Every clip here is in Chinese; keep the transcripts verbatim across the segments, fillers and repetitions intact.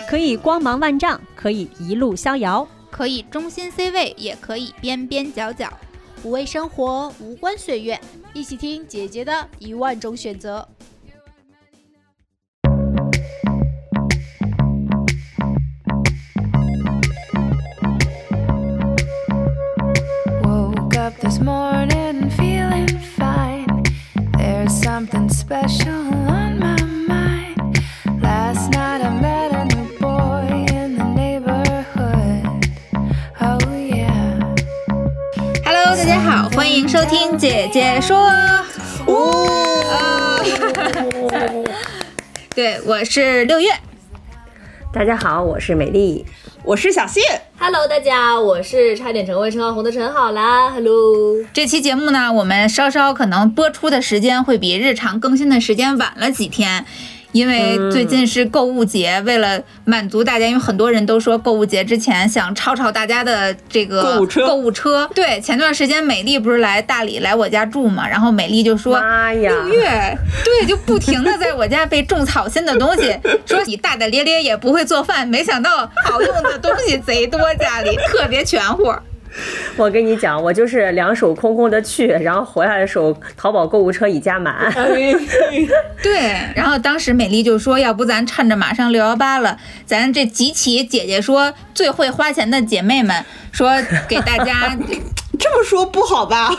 可以光芒万丈，可以一路逍遥， 可以中心 C 位，也可以边边角角。 无畏生活，无关岁月，一起听姐姐的一万种选择。 Woke up this morning feeling fine. There's something special on my mind. Last night I met a new boy in the neighborhood. Oh yeah. Hello， 大家好，欢迎收听姐姐说。哦，对，我是六月。 大家好，我是美丽， 我是小谢。 Hello， 大家，我是差点成为陈浩红的陈好啦。Hello， 这期节目呢，我们稍稍可能播出的时间会比日常更新的时间晚了几天。因为最近是购物节，嗯、为了满足大家，因为很多人都说购物节之前想抄抄大家的这个购物车。 购物车对，前段时间美丽不是来大理来我家住嘛，然后美丽就说：“六月，对，就不停的在我家被种草新的东西，说你大大咧咧也不会做饭，没想到好用的东西贼多，家里特别全乎。” 我跟你讲，我就是两手空空的去，然后回来的时候，淘宝购物车已加满。 对，然后当时美丽就说，要不咱趁着马上六幺八了，咱这集齐姐姐说最会花钱的姐妹们，说给大家这么说不好吧？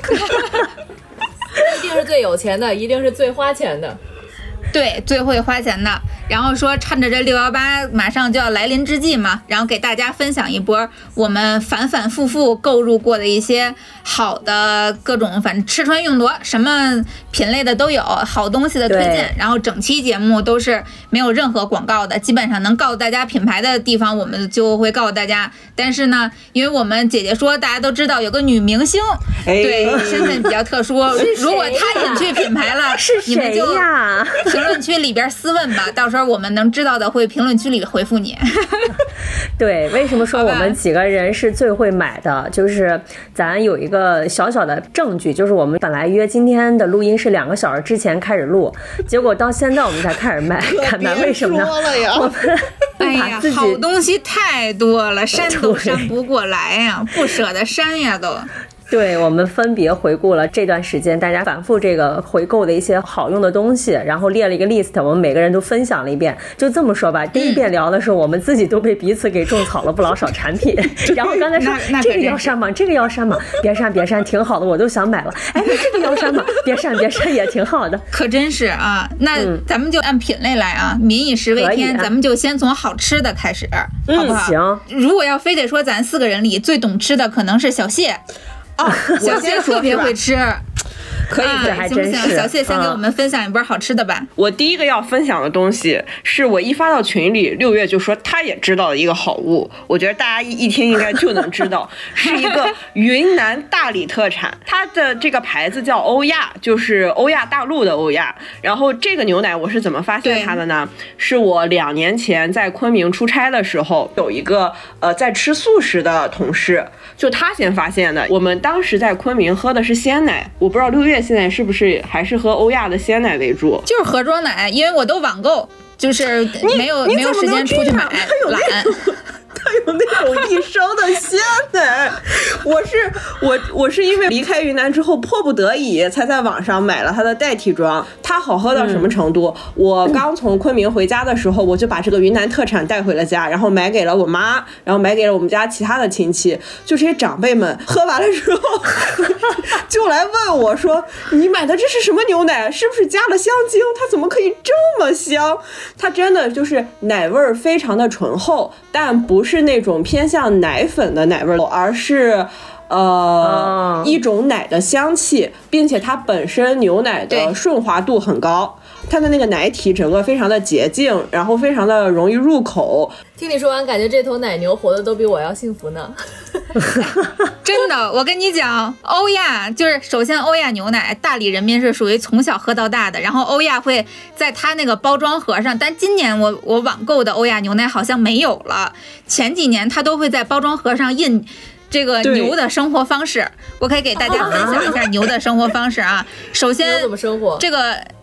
一定是最有钱的，一定是最花钱的。 对，最会花钱的。然后说趁着这六幺八马上就要来临之际嘛，然后给大家分享一波我们反反复复购入过的一些好的各种，反正吃穿用度什么品类的都有，好东西的推荐。然后整期节目都是没有任何广告的，基本上能告诉大家品牌的地方我们就会告诉大家。但是呢，因为我们姐姐说大家都知道有个女明星，哎、对，身份比较特殊，如果她隐去品牌了， 是谁呀？ 你们就评论区里边私问吧，到时候我们能知道的会评论区里回复你。 对，为什么说我们几个人是最会买的？就是咱有一个小小的证据，就是我们本来约今天的录音是两个小时之前开始录，结果到现在我们才开始卖，看买为什么呢？我们哎呀，好东西太多了，删都删不过来呀，不舍得删呀都。 对，我们分别回顾了这段时间大家反复这个回购的一些好用的东西，然后列了一个 list， 我们每个人都分享了一遍。就这么说吧，第一遍聊的时候，我们自己都被彼此给种草了不老少产品。然后刚才说这个要删吗？这个要删吗？别删别删，挺好的，我都想买了。哎，那这个要删吗？别删别删，也挺好的。 可真是啊，那咱们就按品类来啊，民以食为天，咱们就先从好吃的开始， 嗯、 好不好？ 行。 如果要非得说咱四个人里最懂吃的，可能是小谢。 啊， 小谢特别会吃， 可以， 这还真是。 行不行？小谢先给我们分享一波好吃的吧。 嗯、我第一个要分享的东西是我一发到群里，六月就说他也知道的一个好物，我觉得大家一听应该就能知道，是一个云南大理特产，它的这个牌子叫欧亚，就是欧亚大陆的欧亚。然后这个牛奶我是怎么发现它的呢？是我两年前在昆明出差的时候，有一个呃在吃素食的同事，就他先发现的。我们当时在昆明喝的是鲜奶，我不知道六月现在是不是还是喝欧亚的鲜奶为主？ 就是盒装奶，因为我都网购，就是没有没有时间出去买，懒。 它有那种一升的鲜奶，我是我我是因为离开云南之后迫不得已才在网上买了它的代替装。它好喝到什么程度？嗯、我刚从昆明回家的时候，我就把这个云南特产带回了家，然后买给了我妈，然后买给了我们家其他的亲戚。就这些长辈们喝完了之后，就来问我说：“你买的这是什么牛奶？是不是加了香精？它怎么可以这么香？”它真的就是奶味儿非常的醇厚，但不是。是那种偏向奶粉的奶味，而是呃、oh. 一种奶的香气，并且它本身牛奶的顺滑度很高，它的那个奶体整个非常的洁净，然后非常的容易入口。 听你说完，感觉这头奶牛活得都比我要幸福呢。 真的，我跟你讲，欧亚就是首先欧亚牛奶，大理人民是属于从小喝到大的，然后欧亚会在它那个包装盒上，但今年我我网购的欧亚牛奶好像没有了，前几年它都会在包装盒上印这个牛的生活方式，我可以给大家分享一下牛的生活方式啊。首先， 怎么生活？ 这个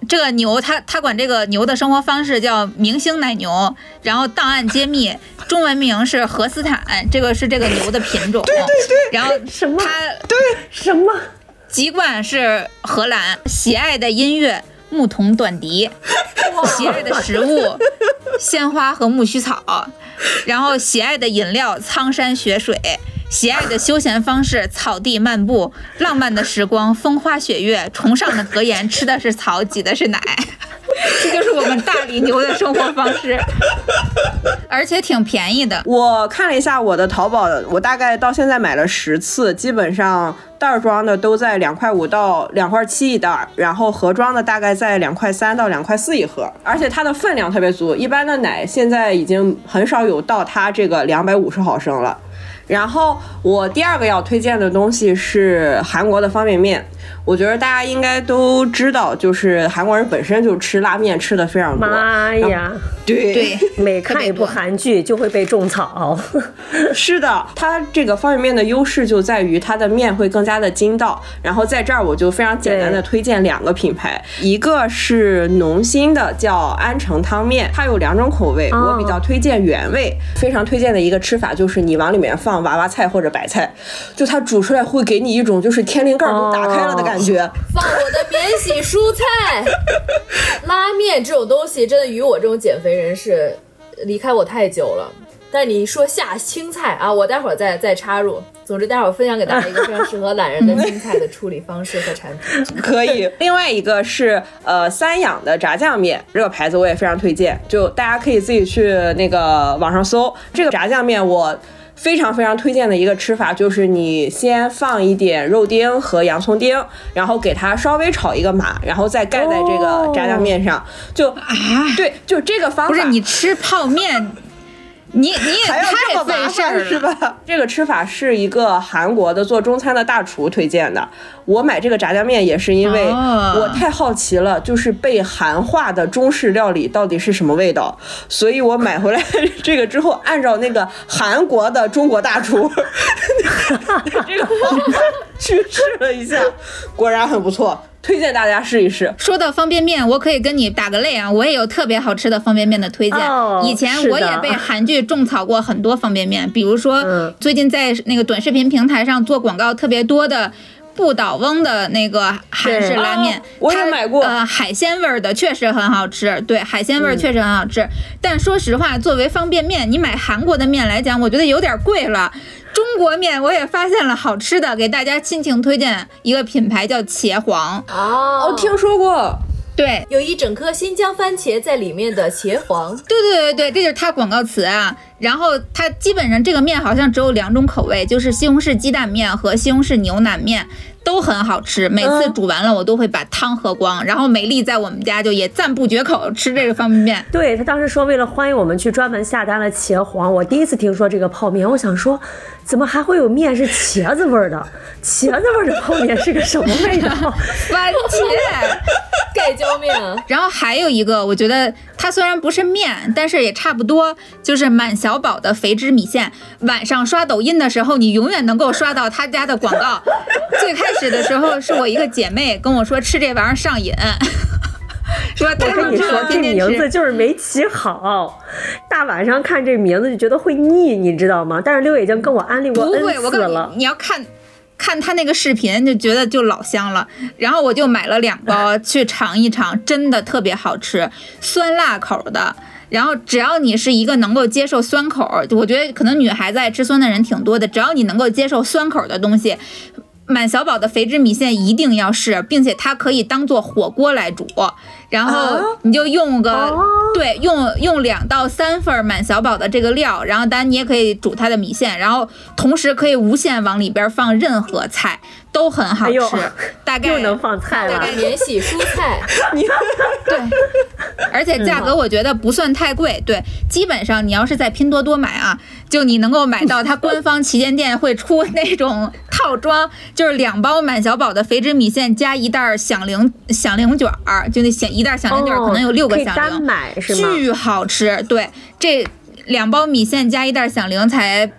这个牛，他他管这个牛的生活方式叫明星奶牛，然后档案揭秘，中文名是荷斯坦，这个是这个牛的品种。对对对。然后什么？ 他对什么？ 籍贯是荷兰，喜爱的音乐牧童短笛，喜爱的食物鲜花和苜蓿草，然后喜爱的饮料苍山雪水。喜爱的休闲方式，草地漫步，浪漫的时光，风花雪月，崇尚的格言，吃的是草，挤的是奶。这就是我们大理牛的生活方式，而且挺便宜的。 我看了一下我的淘宝，我大概到现在买了十次，基本上袋装的都在两块五到两块七一袋，然后盒装的大概在两块三到两块四一盒，而且它的分量特别足。一般的奶现在已经很少有到它这个两百五十毫升了。然后我第二个要推荐的东西是韩国的方便面，我觉得大家应该都知道，就是韩国人本身就吃拉面吃的非常多。 妈呀， 对对， 每看一部韩剧就会被种草。 是的，它这个方便面的优势就在于它的面会更加的筋道。然后在这儿我就非常简单的推荐两个品牌，一个是农心的叫安城汤面，它有两种口味，我比较推荐原味。非常推荐的一个吃法就是你往里面放娃娃菜或者白菜，就它煮出来会给你一种就是天灵盖都打开了的感觉。 哦、放我的免洗蔬菜，拉面这种东西真的与我这种减肥人士离开我太久了。但你说下青菜啊，我待会儿再再插入。总之，待会儿分享给大家一个非常适合懒人的青菜的处理方式和产品。 可以。另外一个是呃三养的炸酱面，这个牌子我也非常推荐，就大家可以自己去那个网上搜这个炸酱面。我非常非常推荐的一个吃法就是你先放一点肉丁和洋葱丁，然后给它稍微炒一个码，然后再盖在这个炸酱面上。哦、就啊，对，就这个方法。 不是你吃泡面。你你也太费事儿是吧？这个吃法是一个韩国的做中餐的大厨推荐的。我买这个炸酱面也是因为我太好奇了，就是被韩化的中式料理到底是什么味道，所以我买回来这个之后，按照那个韩国的中国大厨这个方法去试了一下，果然很不错。推荐大家试一试。 说到方便面，我可以跟你打个类啊，我也有特别好吃的方便面的推荐。 哦、 以前我也被韩剧种草过很多方便面，比如说、嗯、最近在那个短视频平台上做广告特别多的不倒翁的那个韩式拉面， 哦、我也买过。 呃，海鲜味的确实很好吃，对，海鲜味确实很好吃。嗯、但说实话，作为方便面，你买韩国的面来讲，我觉得有点贵了。中国面我也发现了好吃的，给大家亲情推荐一个品牌叫茄皇。 哦， 我听说过。 对， 有一整颗新疆番茄在里面的茄皇。 对对对对，这就是它广告词啊。然后它基本上这个面好像只有两种口味，就是西红柿鸡蛋面和西红柿牛腩面，都很好吃。每次煮完了我都会把汤喝光。嗯、然后美丽在我们家就也赞不绝口吃这个方便面。 对，他当时说为了欢迎我们去专门下单了茄皇。我第一次听说这个泡面，我想说怎么还会有面是茄子味的？茄子味的泡面是个什么味道？ 番茄盖浇面。 然后还有一个，我觉得它虽然不是面，但是也差不多，就是满小宝的肥汁米线。晚上刷抖音的时候，你永远能够刷到他家的广告。最开始的时候是我一个姐妹跟我说吃这玩意儿上瘾，说我跟你说这名字就是没起好，大晚上看这名字就觉得会腻，你知道吗？但是六已经跟我安利过 N 次了。 不会，我告诉你，你要看。看他那个视频就觉得就老香了，然后我就买了两包去尝一尝，真的特别好吃，酸辣口的。然后只要你是一个能够接受酸口，我觉得可能女孩子爱吃酸的人挺多的，只要你能够接受酸口的东西，满小宝的肥汁米线一定要试，并且它可以当做火锅来煮，然后你就用个、哦、对用用两到三份满小宝的这个料，然后当然你也可以煮它的米线，然后同时可以无限往里边放任何菜，都很好吃。哎、大概又能放菜了， 大概免洗蔬菜。 对，而且价格我觉得不算太贵。对，基本上你要是在拼多多买啊，就你能够买到它官方旗舰店会出那种套装，就是两包满小宝的肥汁米线加一袋响铃响铃卷儿，就那一袋响铃卷可能有六个响铃， 单买是吗？ 巨好吃。对，这两包米线加一袋响铃才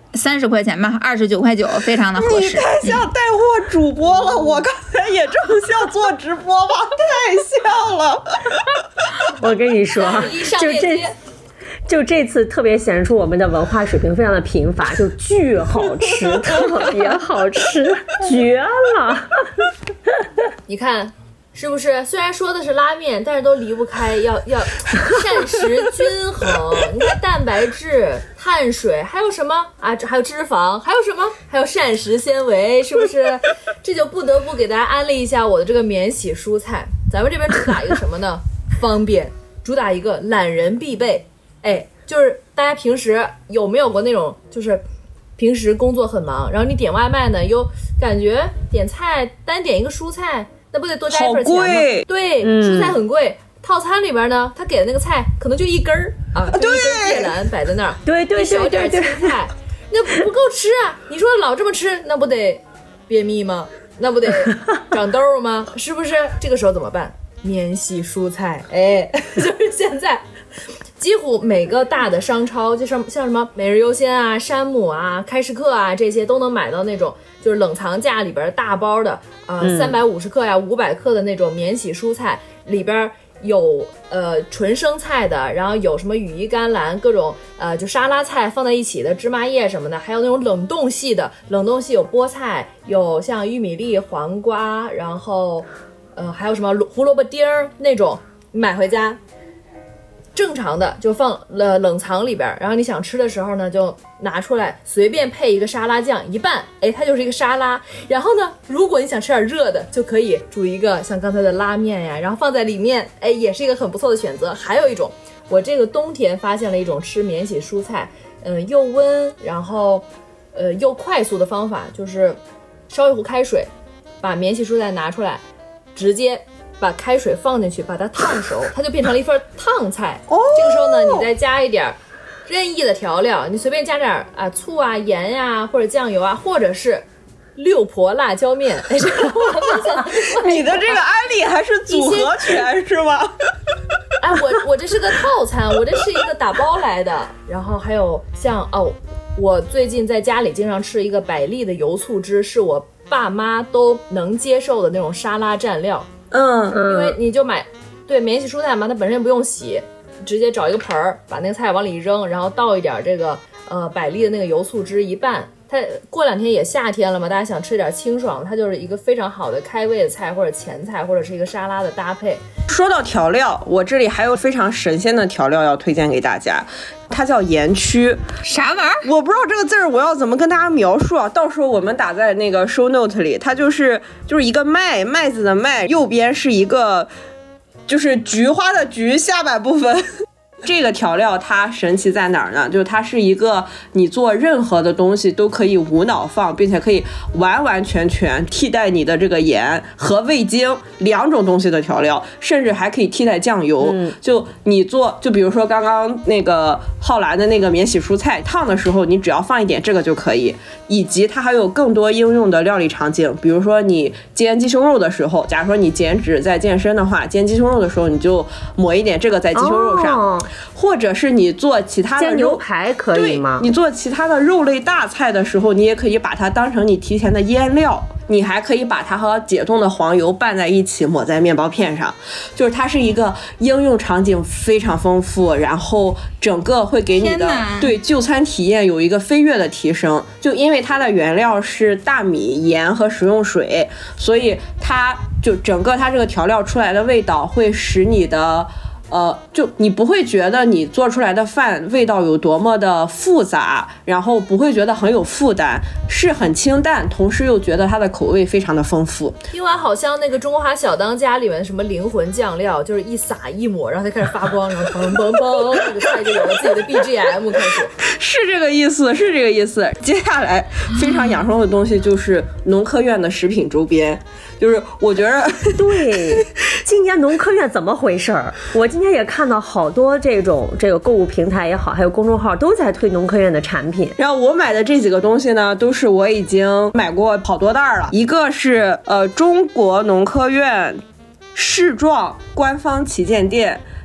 三十块钱吧，二十九块九，非常的合适。 你太像带货主播了，嗯、我刚才也正像做直播吧，太像了。 我跟你说，就这。就这次特别显示出我们的文化水平非常的贫乏，就巨好吃，特别好吃，绝了！ 你看是不是？虽然说的是拉面，但是都离不开要要膳食均衡。你看蛋白质、碳水，还有什么啊？还有脂肪，还有什么？还有膳食纤维，是不是？这就不得不给大家安利一下我的这个免洗蔬菜。咱们这边主打一个什么呢？方便，主打一个懒人必备。哎，就是大家平时有没有过那种，就是平时工作很忙，然后你点外卖呢，又感觉点菜单点一个蔬菜，那不得多加一份钱吗？对、嗯，蔬菜很贵。套餐里边呢，他给的那个菜可能就一根儿啊，就一根芥兰摆在那儿， 对对对， 一小点青菜，那不够吃啊！你说老这么吃，那不得便秘吗？那不得长痘吗？是不是？这个时候怎么办？免洗蔬菜，哎，就是现在。几乎每个大的商超，就像像什么每日优鲜啊、山姆啊、开市客啊，这些都能买到那种就是冷藏架里边大包的啊，三百五十克呀、五百克的那种免洗蔬菜，里边有呃纯生菜的，然后有什么羽衣甘蓝，各种呃就沙拉菜放在一起的芝麻叶什么的，还有那种冷冻系的，冷冻系有菠菜，有像玉米粒、黄瓜，然后呃还有什么胡萝卜丁儿那种，买回家。正常的就放了冷藏里边，然后你想吃的时候呢，就拿出来随便配一个沙拉酱一拌，哎，它就是一个沙拉。然后呢，如果你想吃点热的，就可以煮一个像刚才的拉面呀，然后放在里面，哎，也是一个很不错的选择。还有一种，我这个冬天发现了一种吃免洗蔬菜，嗯、呃，又温然后呃又快速的方法，就是烧一壶开水，把免洗蔬菜拿出来，直接。把开水放进去，把它烫熟，它就变成了一份烫菜。哦，这个时候呢，你再加一点任意的调料，你随便加点啊醋啊、盐呀、啊，或者酱油啊，或者是六婆辣椒面。哎，这个我分享你的这个安利还是组合拳是吗？ 哎，我我这是个套餐，我这是一个打包来的。然后还有像哦，我最近在家里经常吃一个百利的油醋汁，是我爸妈都能接受的那种沙拉蘸料。 嗯， 因为你就买对免洗蔬菜嘛，它本身不用洗，直接找一个盆儿，把那个菜往里一扔，然后倒一点这个呃百利的那个油醋汁一拌。它过两天也夏天了嘛，大家想吃点清爽，它就是一个非常好的开胃的菜，或者前菜，或者是一个沙拉的搭配。 说到调料，我这里还有非常神仙的调料要推荐给大家，它叫盐曲。 啥玩意儿？ 我不知道这个字儿我要怎么跟大家描述啊，到时候我们打在那个 show note 里。它就是就是一个麦麦子的麦，右边是一个就是菊花的菊下半部分。这个调料它神奇在哪儿呢？就是它是一个你做任何的东西都可以无脑放，并且可以完完全全替代你的这个盐和味精两种东西的调料，甚至还可以替代酱油。嗯、就你做，就比如说刚刚那个浩兰的那个免洗蔬菜烫的时候，你只要放一点这个就可以。以及它还有更多应用的料理场景，比如说你煎鸡胸肉的时候，假如说你减脂在健身的话，煎鸡胸肉的时候你就抹一点这个在鸡胸肉上。哦，或者是你做其他的肉煎牛排可以吗？ 对，你做其他的肉类大菜的时候，你也可以把它当成你提前的腌料，你还可以把它和解冻的黄油拌在一起，抹在面包片上。就是它是一个应用场景非常丰富，然后整个会给你的对就餐体验有一个飞跃的提升。就因为它的原料是大米、盐和食用水，所以它就整个它这个调料出来的味道会使你的呃，就你不会觉得你做出来的饭味道有多么的复杂，然后不会觉得很有负担，是很清淡，同时又觉得它的口味非常的丰富。 听完好像那个中华小当家里面什么灵魂酱料，就是一撒一抹，然后它开始发光，然后嘣嘣嘣，这个菜就有了自己的 B G M 开始。 是这个意思，是这个意思。接下来非常养生的东西就是农科院的食品周边，就是我觉得对，今年农科院怎么回事儿？我今天也看到好多这种这个购物平台也好，还有公众号都在推农科院的产品。 然后我买的这几个东西呢，都是我已经买过好多袋了。一个是呃中国农科院市状官方旗舰店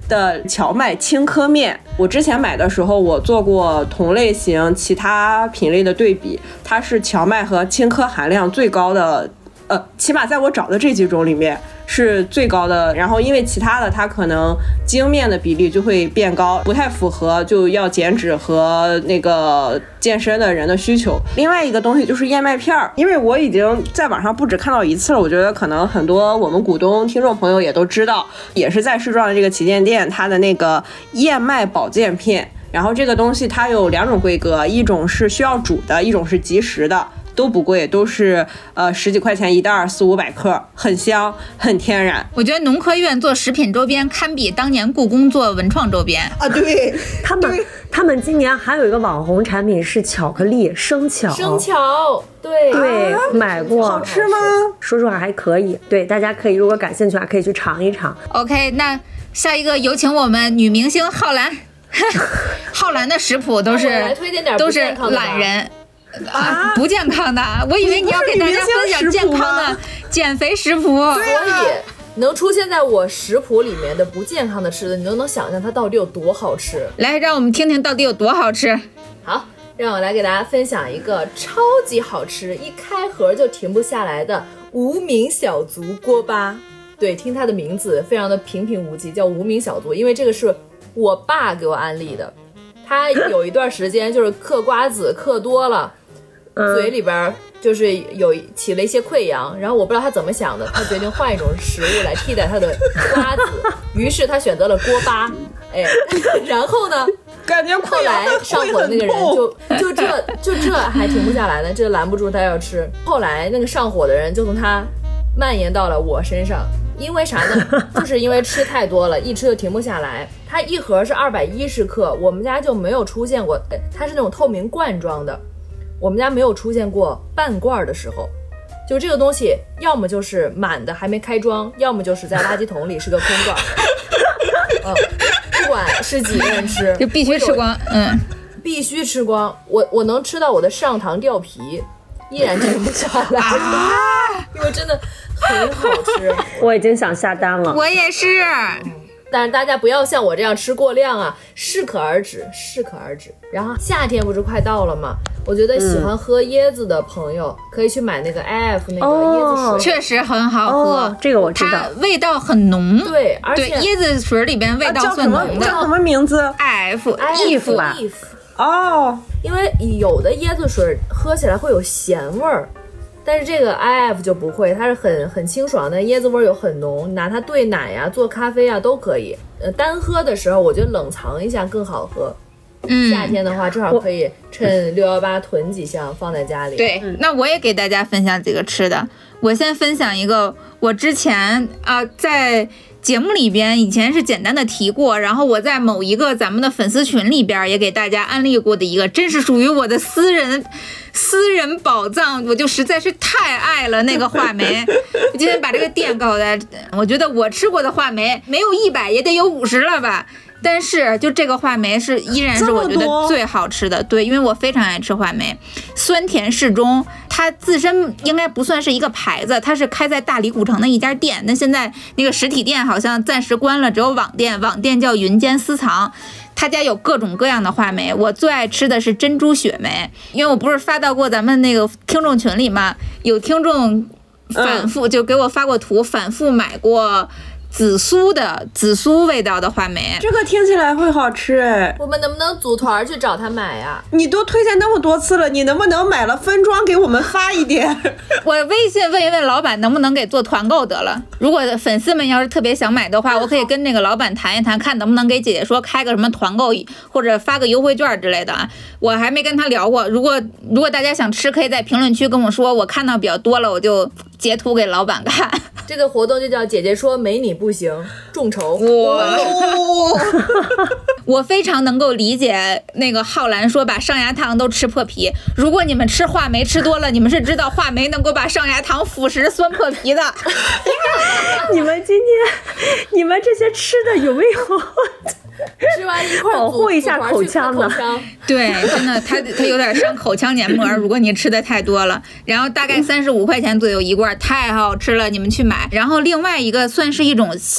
的荞麦青稞面。我之前买的时候，我做过同类型其他品类的对比，它是荞麦和青稞含量最高的，呃，起码在我找的这几种里面是最高的。然后因为其他的它可能精面的比例就会变高，不太符合就要减脂和那个健身的人的需求。另外一个东西就是燕麦片儿，因为我已经在网上不止看到一次了，我觉得可能很多我们股东听众朋友也都知道，也是在市庄的这个旗舰店，它的那个燕麦保健片。然后这个东西它有两种规格，一种是需要煮的，一种是即食的，都不贵，都是呃十几块钱一袋，四五百克，很香，很天然。 我觉得农科院做食品周边堪比当年故宫做文创周边啊！对， 他们他们今年还有一个网红产品是巧克力生巧， 生巧，对对、啊，买过， 好吃吗？ 说实话还可以，对，大家可以如果感兴趣还可以去尝一尝。 OK， 那下一个有请我们女明星浩然。浩然的食谱都是都是懒人。啊，不健康的，我以为你要给大家分享健康的减肥食谱。 所以能出现在我食谱里面的不健康的吃的，你都能想象它到底有多好吃。 来，让我们听听到底有多好吃。 好，让我来给大家分享一个超级好吃，一开盒就停不下来的无名小卒锅巴。对，听它的名字非常的平平无奇，叫无名小卒，因为这个是我爸给我安利的。他有一段时间就是嗑瓜子嗑多了，嘴里边就是有起了一些溃疡，然后我不知道他怎么想的，他决定换一种食物来替代他的瓜子，于是他选择了锅巴。哎，然后呢， 感觉后来上火的那个人就就这就这还停不下来呢，这拦不住他要吃。后来那个上火的人就从他蔓延到了我身上。因为啥呢？就是因为吃太多了，一吃就停不下来。它一盒是二百一十克，我们家就没有出现过，它是那种透明罐装的，我们家没有出现过半罐的时候。就这个东西，要么就是满的还没开装，要么就是在垃圾桶里是个空罐。嗯，不管是几个人吃， 就必须吃光。嗯， 必须吃光。我我能吃到我的上膛掉皮，依然停不下来，啊、因为真的。很好吃， 我已经想下单了。 我也是， 但是大家不要像我这样吃过量啊，适可而止，适可而止。然后夏天不是快到了吗？我觉得喜欢喝椰子的朋友、嗯、可以去买那个 I F 那个椰子水， 哦、确实很好喝、 哦，这个我知道， 它味道很浓。 对，而且对椰子水里边味道算浓的。 叫什么名字 ？I F I F 吧。 哦， 因为有的椰子水喝起来会有咸味儿。但是这个 I F 就不会，它是很很清爽的，椰子味又很浓，拿它兑奶呀、做咖啡啊都可以。呃，单喝的时候我觉得冷藏一下更好喝。嗯，夏天的话正好可以趁六一八囤几箱放在家里。 对、嗯，那我也给大家分享几个吃的。我先分享一个，我之前啊、呃、在节目里边以前是简单的提过，然后我在某一个咱们的粉丝群里边也给大家安利过的一个，真是属于我的私人私人宝藏，我就实在是太爱了那个话梅。我今天把这个店告诉大家，我觉得我吃过的话梅没有一百也得有五十了吧。但是就这个话梅是依然是我觉得最好吃的，对，因为我非常爱吃话梅，酸甜适中。它自身应该不算是一个牌子，它是开在大理古城的一家店，那现在那个实体店好像暂时关了，只有网店，网店叫云间私藏。他家有各种各样的话梅，我最爱吃的是珍珠雪梅，因为我不是发到过咱们那个听众群里嘛，有听众反复、嗯、就给我发过图，反复买过紫苏的紫苏味道的话梅， 这个听起来会好吃哎。 我们能不能组团去找他买呀？ 你都推荐那么多次了，你能不能买了分装给我们发一点？ 我微信问一问老板能不能给做团购得了。如果粉丝们要是特别想买的话，我可以跟那个老板谈一谈，看能不能给姐姐说开个什么团购或者发个优惠券之类的啊。我还没跟他聊过，如果如果大家想吃，可以在评论区跟我说，我看到比较多了，我就截图给老板看。 这个活动就叫姐姐说没你不行，众筹。 哇！我非常能够理解那个浩然说把上牙糖都吃破皮。如果你们吃话梅吃多了，你们是知道话梅能够把上牙糖腐蚀酸破皮的。 你们今天，你们这些吃的有没有？ 吃完一块保护一下口腔呢？ 对，真的，它它有点伤口腔黏膜。如果你吃的太多了，然后大概三十五块钱左右一罐，太好吃了，你们去买。然后另外一个算是一种香肠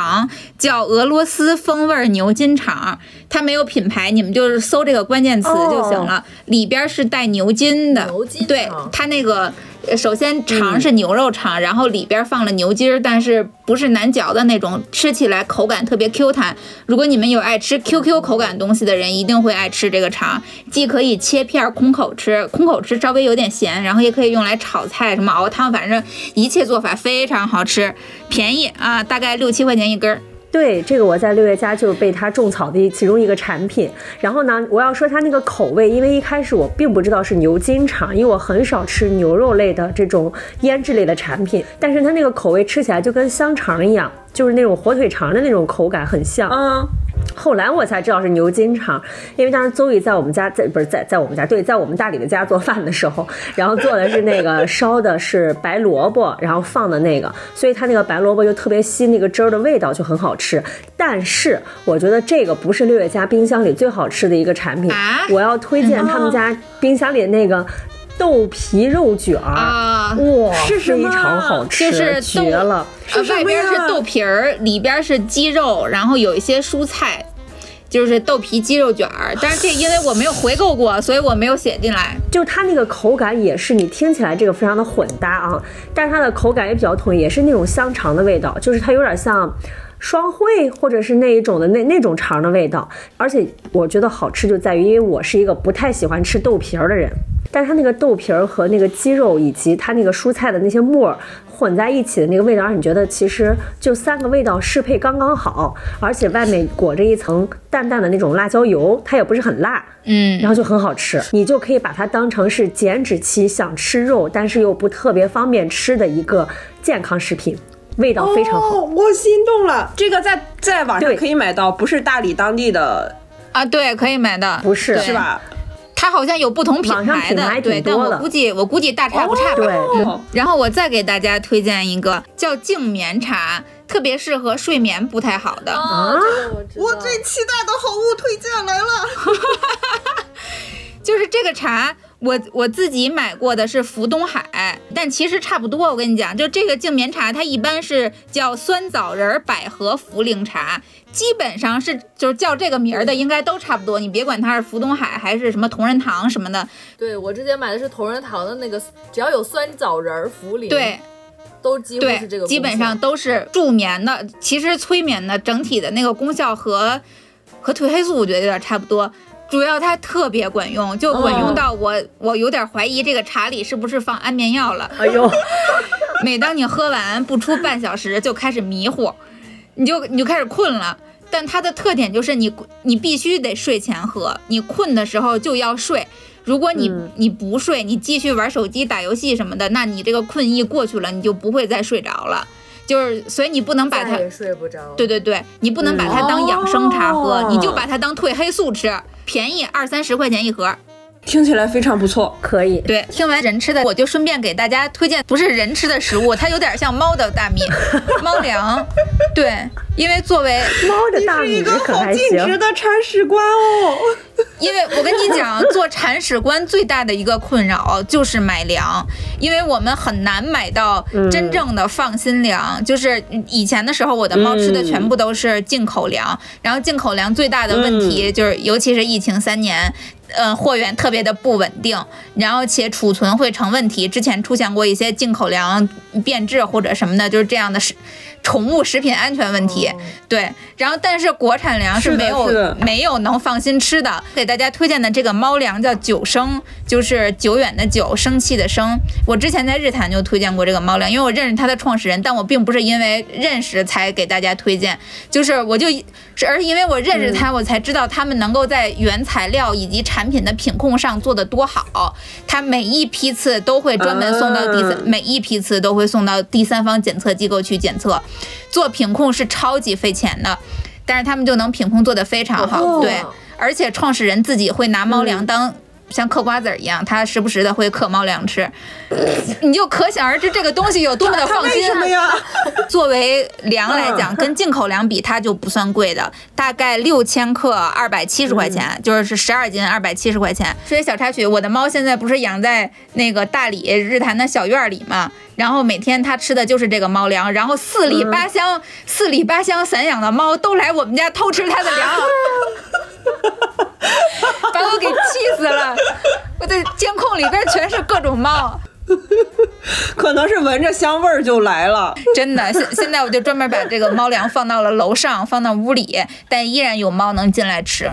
厂，叫俄罗斯风味牛筋肠，它没有品牌，你们就是搜这个关键词就行了。哦、里边是带牛筋的， 牛筋对它那个。首先肠是牛肉肠、嗯、然后里边放了牛筋，但是不是难嚼的那种，吃起来口感特别 Q 弹。如果你们有爱吃 Q Q 口感东西的人，一定会爱吃这个肠。既可以切片空口吃，空口吃稍微有点咸，然后也可以用来炒菜什么熬汤，反正一切做法非常好吃，便宜啊，大概六七块钱一根。 对，这个我在六月家就是被它种草的其中一个产品。然后呢，我要说它那个口味，因为一开始我并不知道是牛筋肠，因为我很少吃牛肉类的这种腌制类的产品，但是它那个口味吃起来就跟香肠一样，就是那种火腿肠的那种口感很像。嗯。后来我才知道是牛筋肠，因为当时邹宇在我们家在不是在在我们家对在我们大理的家做饭的时候，然后做的是那个烧的是白萝卜，然后放的那个，所以它那个白萝卜就特别吸那个汁儿的味道，就很好吃。但是我觉得这个不是六月家冰箱里最好吃的一个产品，啊、我要推荐他们家冰箱里的那个豆皮肉卷儿啊，哇，是非常好吃， 就是绝了。 呃，外边是豆皮儿，里边是鸡肉，然后有一些蔬菜，就是豆皮鸡肉卷儿。但是这因为我没有回购过，所以我没有写进来。 就它那个口感也是，你听起来这个非常的混搭啊，但是它的口感也比较统一，也是那种香肠的味道，就是它有点像双汇或者是那一种的那那种肠的味道。而且我觉得好吃就在于，因为我是一个不太喜欢吃豆皮儿的人，但是它那个豆皮儿和那个鸡肉以及它那个蔬菜的那些沫儿混在一起的那个味道，让你觉得其实就三个味道适配刚刚好，而且外面裹着一层淡淡的那种辣椒油，它也不是很辣，嗯，然后就很好吃。你就可以把它当成是减脂期想吃肉但是又不特别方便吃的一个健康食品，味道非常好。 哦，我心动了。这个在在网上可以买到，不是大理当地的啊？对，可以买的， 不是是吧？ 它好像有不同品牌的，对，但我估计我估计大差不差吧。 对、 哦。然后我再给大家推荐一个叫净眠茶，特别适合睡眠不太好的。 啊， 我, 我最期待的好物推荐来了。 就是这个茶，我我自己买过的是福东海，但其实差不多。我跟你讲，就这个净眠茶，它一般是叫酸枣仁百合茯苓茶，基本上是就是叫这个名儿的，应该都差不多。你别管它是福东海还是什么同仁堂什么的。 对，我之前买的是同仁堂的那个，只要有酸枣仁茯苓， 对， 都几乎是这个功效， 基本上都是助眠的。其实催眠的整体的那个功效和和褪黑素我觉得有点差不多。主要它特别管用，就管用到我、哦、我有点怀疑这个茶里是不是放安眠药了。 哎呦， 每当你喝完不出半小时就开始迷糊，你就你就开始困了。但它的特点就是你你必须得睡前喝，你困的时候就要睡。如果你、嗯、你不睡，你继续玩手机打游戏什么的，那你这个困意过去了，你就不会再睡着了。就是所以你不能把它再也睡不着， 对对对，你不能把它当养生茶喝、嗯、你就把它当褪黑素吃，便宜二三十块钱一盒， 听起来非常不错， 可以。 对，听完人吃的，我就顺便给大家推荐不是人吃的食物，它有点像猫的大米，猫粮。对，因为作为猫的大米可还行。 你是一个好尽职的铲屎官哦。 因为我跟你讲，做铲屎官最大的一个困扰就是买粮，因为我们很难买到真正的放心粮。嗯、就是以前的时候，我的猫吃的全部都是进口粮，嗯、然后进口粮最大的问题就是，尤其是疫情三年。呃，货源特别的不稳定，然后且储存会成问题。之前出现过一些进口粮变质或者什么的，就是这样的食宠物食品安全问题。哦、对，然后但是国产粮是没有是没有能放心吃的。给大家推荐的这个猫粮叫久生，就是久远的久，生气的生。我之前在日坛就推荐过这个猫粮，因为我认识它的创始人，但我并不是因为认识才给大家推荐，就是我就是而是因为我认识它，嗯、我才知道他们能够在原材料以及产产品的品控上做得多好，它每一批次都会专门送到第三、嗯、每一批次都会送到第三方检测机构去检测，做品控是超级费钱的，但是他们就能品控做得非常好。哦、对，而且创始人自己会拿猫粮当、嗯像嗑瓜子儿一样，它时不时的会嗑猫粮吃，你就可想而知这个东西有多么的放心。 为什么呀？ 作为粮来讲，跟进口粮比，它就不算贵的，大概六千克二百七十块钱，嗯、就是十二斤二百七十块钱。说一小插曲，我的猫现在不是养在那个大理日坛的小院里嘛，然后每天它吃的就是这个猫粮，然后四里八乡、嗯、四里八乡散养的猫都来我们家偷吃它的粮。把我给气死了！我的监控里边全是各种猫， 可能是闻着香味儿就来了。 真的，现现在我就专门把这个猫粮放到了楼上，放到屋里，但依然有猫能进来吃。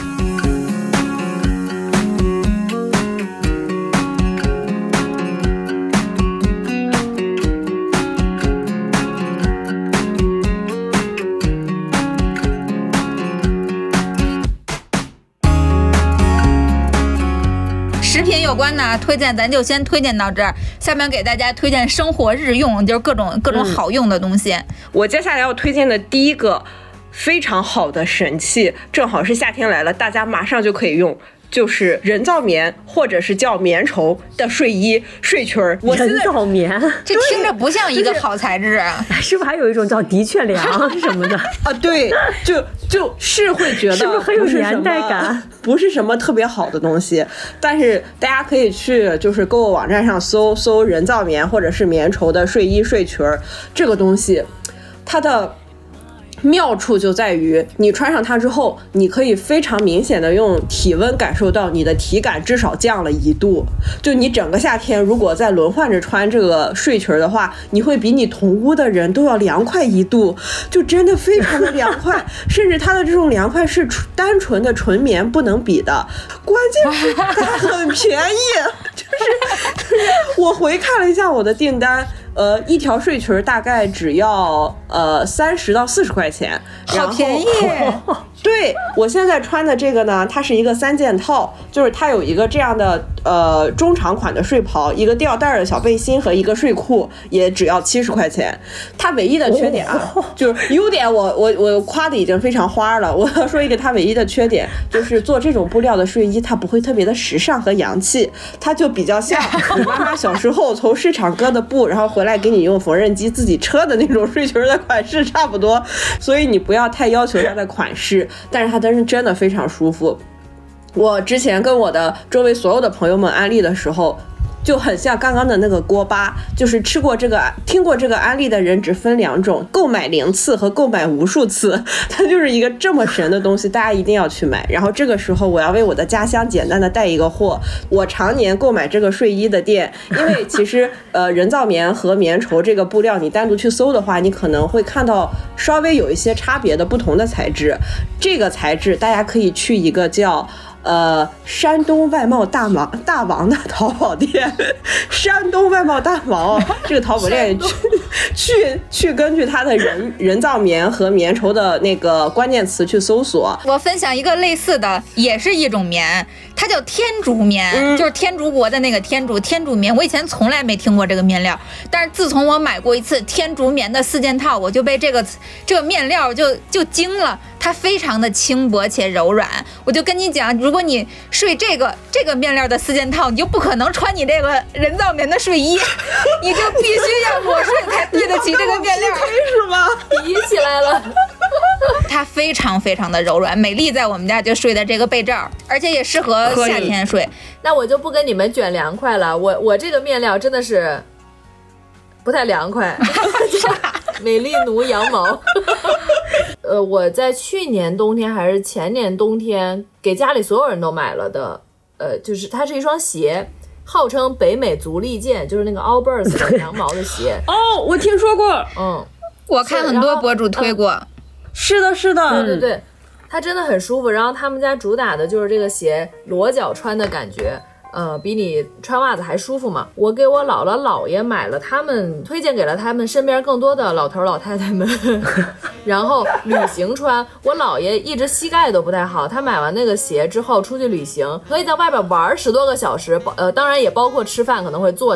食品有关的推荐咱就先推荐到这儿，下面给大家推荐生活日用，就是各种各种好用的东西。 嗯、我接下来要推荐的第一个非常好的神器，正好是夏天来了，大家马上就可以用。就是人造棉，或者是叫棉绸的睡衣、睡裙儿。我人造棉， 这听着不像一个好材质啊！ 是不是还有一种叫的确良什么的啊？对，就就是会觉得是不是很有年代感？ 不是什么特别好的东西，但是大家可以去就是购物网站上搜搜人造棉或者是棉绸的睡衣、睡裙儿，这个东西，它的妙处就在于你穿上它之后，你可以非常明显的用体温感受到你的体感至少降了一度。就你整个夏天如果在轮换着穿这个睡裙的话，你会比你同屋的人都要凉快一度，就真的非常的凉快。甚至它的这种凉快是单纯的纯棉不能比的，关键是它很便宜。就是就是我回看了一下我的订单，呃，一条睡裙大概只要呃三十到四十块钱， 好便宜。 对，我现在穿的这个呢，它是一个三件套，就是它有一个这样的呃中长款的睡袍，一个吊带的小背心和一个睡裤，也只要七十块钱。它唯一的缺点啊，哦、就是优点我我我夸的已经非常花了。我要说一个它唯一的缺点，就是做这种布料的睡衣，它不会特别的时尚和洋气，它就比较像你妈妈小时候从市场割的布，然后回来给你用缝纫机自己车的那种睡裙的款式差不多。所以你不要太要求它的款式。但是它真是真的非常舒服。我之前跟我的周围所有的朋友们安利的时候，就很像刚刚的那个锅巴，就是吃过这个听过这个安利的人只分两种，购买零次和购买无数次。它就是一个这么神的东西，大家一定要去买。然后这个时候我要为我的家乡简单的带一个货，我常年购买这个睡衣的店，因为其实呃人造棉和棉绸这个布料你单独去搜的话，你可能会看到稍微有一些差别的不同的材质。这个材质大家可以去一个叫呃，山东外贸大王大王的淘宝店，山东外贸大王这个淘宝店去去去根据它的人人造棉和棉绸的那个关键词去搜索。 我分享一个类似的，也是一种棉，它叫天竺棉，嗯、就是天竺国的那个天竺天竺棉。我以前从来没听过这个面料，但是自从我买过一次天竺棉的四件套，我就被这个这个面料就就惊了。它非常的轻薄且柔软，我就跟你讲，如果你睡这个这个面料的四件套，你就不可能穿你这个人造棉的睡衣，你就必须要裸睡才对得起这个面料， 是吗？ 比起来了。 它非常非常的柔软，美丽在我们家就睡的这个被罩，而且也适合夏天睡。 那我就不跟你们卷凉快了，我我这个面料真的是不太凉快。美丽奴羊毛。呃，我在去年冬天还是前年冬天给家里所有人都买了的，呃，就是它是一双鞋，号称北美足力健，就是那个 Allbirds 的羊毛的鞋。 哦，我听说过， 嗯，我看很多博主推过。嗯、 是的，是的， 对对对，它真的很舒服。然后他们家主打的就是这个鞋，裸脚穿的感觉。呃，比你穿袜子还舒服嘛。我给我姥姥姥爷买了，他们推荐给了他们身边更多的老头老太太们然后旅行穿，我姥爷一直膝盖都不太好，他买完那个鞋之后出去旅行，可以在外边玩十多个小时，呃，当然也包括吃饭可能会坐下，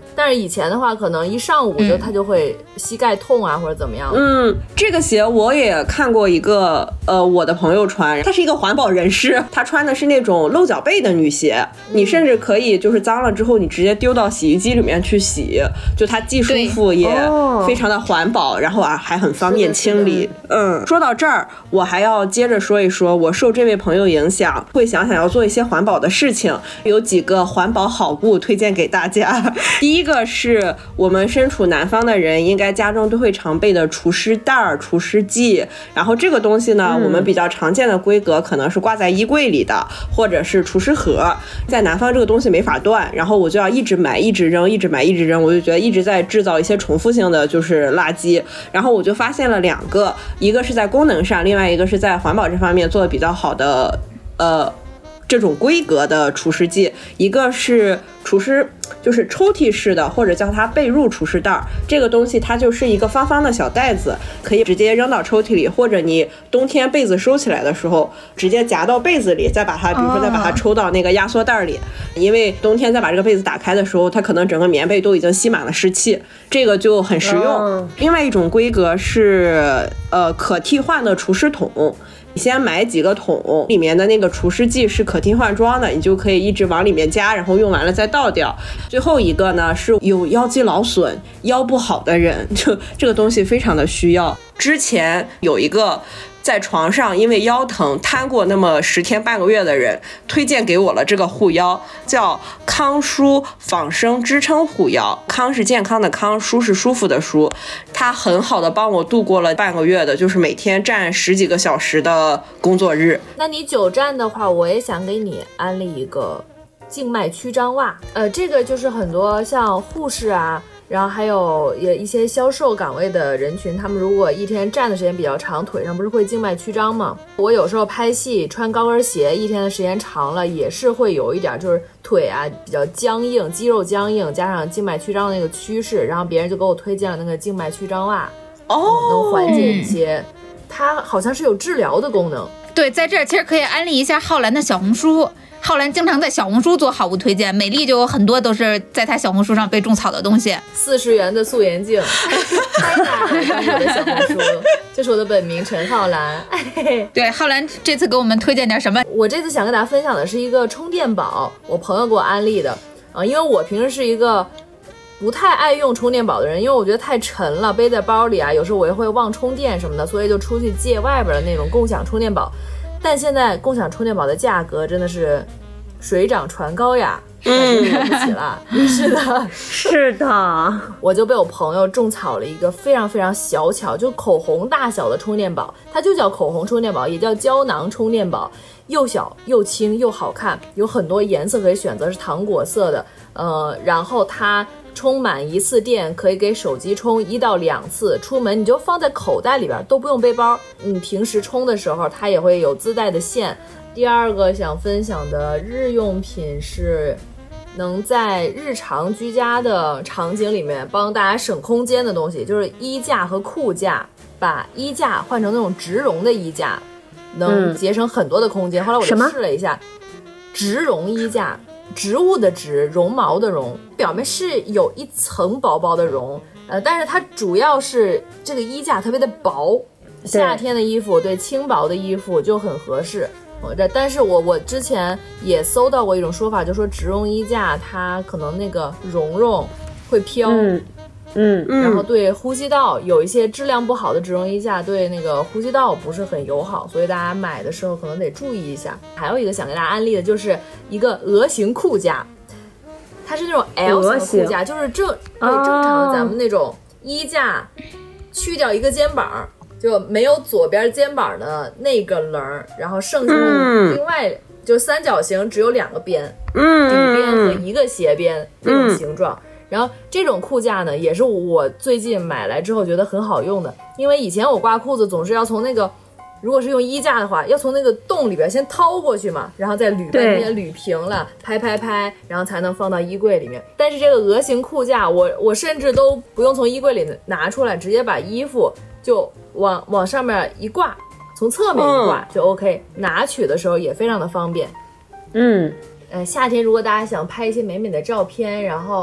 但是以前的话，可能一上午就它就会膝盖痛啊，或者怎么样。 嗯，这个鞋我也看过一个，呃，我的朋友穿，他是一个环保人士，他穿的是那种露脚背的女鞋，你甚至可以就是脏了之后，你直接丢到洗衣机里面去洗，就它既舒服也非常的环保，然后啊还很方便清理。嗯，说到这儿，我还要接着说一说，我受这位朋友影响，会想想要做一些环保的事情，有几个环保好物推荐给大家。第一个是我们身处南方的人，应该家中都会常备的除湿袋、除湿剂。然后这个东西呢，嗯、我们比较常见的规格可能是挂在衣柜里的，或者是除湿盒。在南方这个东西没法断，然后我就要一直买、一直扔、一直买、一直扔，我就觉得一直在制造一些重复性的就是垃圾。然后我就发现了两个，一个是在功能上，另外一个是在环保这方面做的比较好的，呃。这种规格的除湿剂，一个是除湿就是抽屉式的，或者叫它被褥除湿袋。这个东西它就是一个方方的小袋子，可以直接扔到抽屉里，或者你冬天被子收起来的时候，直接夹到被子里，再把它，比如说再把它抽到那个压缩袋里。因为冬天再把这个被子打开的时候，它可能整个棉被都已经吸满了湿气，这个就很实用。另外一种规格是呃可替换的除湿桶。你先买几个桶，里面的那个除湿剂是可替换装的，你就可以一直往里面加，然后用完了再倒掉。最后一个呢，是有腰肌劳损、腰不好的人，就这个东西非常的需要。之前有一个在床上因为腰疼瘫过那么十天半个月的人，推荐给我了这个护腰，叫康舒仿生支撑护腰。康是健康的康，舒是舒服的舒。它很好的帮我度过了半个月的，就是每天站十几个小时的工作日。 那你久站的话，我也想给你安利一个静脉曲张袜。呃，这个就是很多像护士啊。然后还有也一些销售岗位的人群，他们如果一天站的时间比较长，腿上不是会静脉曲张吗？我有时候拍戏穿高跟鞋，一天的时间长了，也是会有一点就是腿啊比较僵硬，肌肉僵硬，加上静脉曲张的那个趋势，然后别人就给我推荐了那个静脉曲张袜，哦、嗯，能缓解一些。它好像是有治疗的功能。 对，在这儿其实可以安利一下浩然的小红书。浩然经常在小红书做好物推荐，美丽就有很多都是在他小红书上被种草的东西。 四十元的素颜镜，太大了，我的小红书，这是我的本名陈浩然。 对，浩然这次给我们推荐点什么？ 我这次想跟大家分享的是一个充电宝，我朋友给我安利的啊，因为我平时是一个不太爱用充电宝的人，因为我觉得太沉了，背在包里啊，有时候我也会忘充电什么的，所以就出去借外边的那种共享充电宝。但现在共享充电宝的价格真的是水涨船高呀，嗯，买不起了。是的， 是的， 我就被我朋友种草了一个非常非常小巧，就口红大小的充电宝，它就叫口红充电宝，也叫胶囊充电宝，又小又轻又好看，有很多颜色可以选择，是糖果色的，呃，然后它充满一次电可以给手机充一到两次，出门你就放在口袋里边都不用背包，你平时充的时候它也会有自带的线。第二个想分享的日用品是能在日常居家的场景里面帮大家省空间的东西，就是衣架和裤架，把衣架换成那种植绒的衣架，能节省很多的空间、嗯、后来我就试了一下植绒衣架，植物的植，绒毛的绒，表面是有一层薄薄的绒，呃，但是它主要是这个衣架特别的薄，夏天的衣服对轻薄的衣服就很合适。我这，但是我我之前也搜到过一种说法，就说植绒衣架它可能那个绒绒会飘，嗯嗯，然后对呼吸道有一些质量不好的植绒衣架对那个呼吸道不是很友好，所以大家买的时候可能得注意一下。还有一个想给大家安利的就是一个鹅形裤架，它是那种 L 型裤架，就是正对正常的咱们那种衣架，去掉一个肩膀。就没有左边肩膀的那个棱，然后剩下的另外、嗯、就三角形只有两个边，嗯，顶边和一个斜边、嗯、那种形状。然后这种裤架呢，也是我最近买来之后觉得很好用的，因为以前我挂裤子总是要从那个，如果是用衣架的话，要从那个洞里边先掏过去嘛，然后再捋半天捋平了，拍拍拍，然后才能放到衣柜里面。但是这个鹅形裤架，我我甚至都不用从衣柜里拿出来，直接把衣服就往往上面一挂，从侧面一挂就 OK、嗯、拿取的时候也非常的方便。 嗯， 呃，夏天如果大家想拍一些美美的照片，然后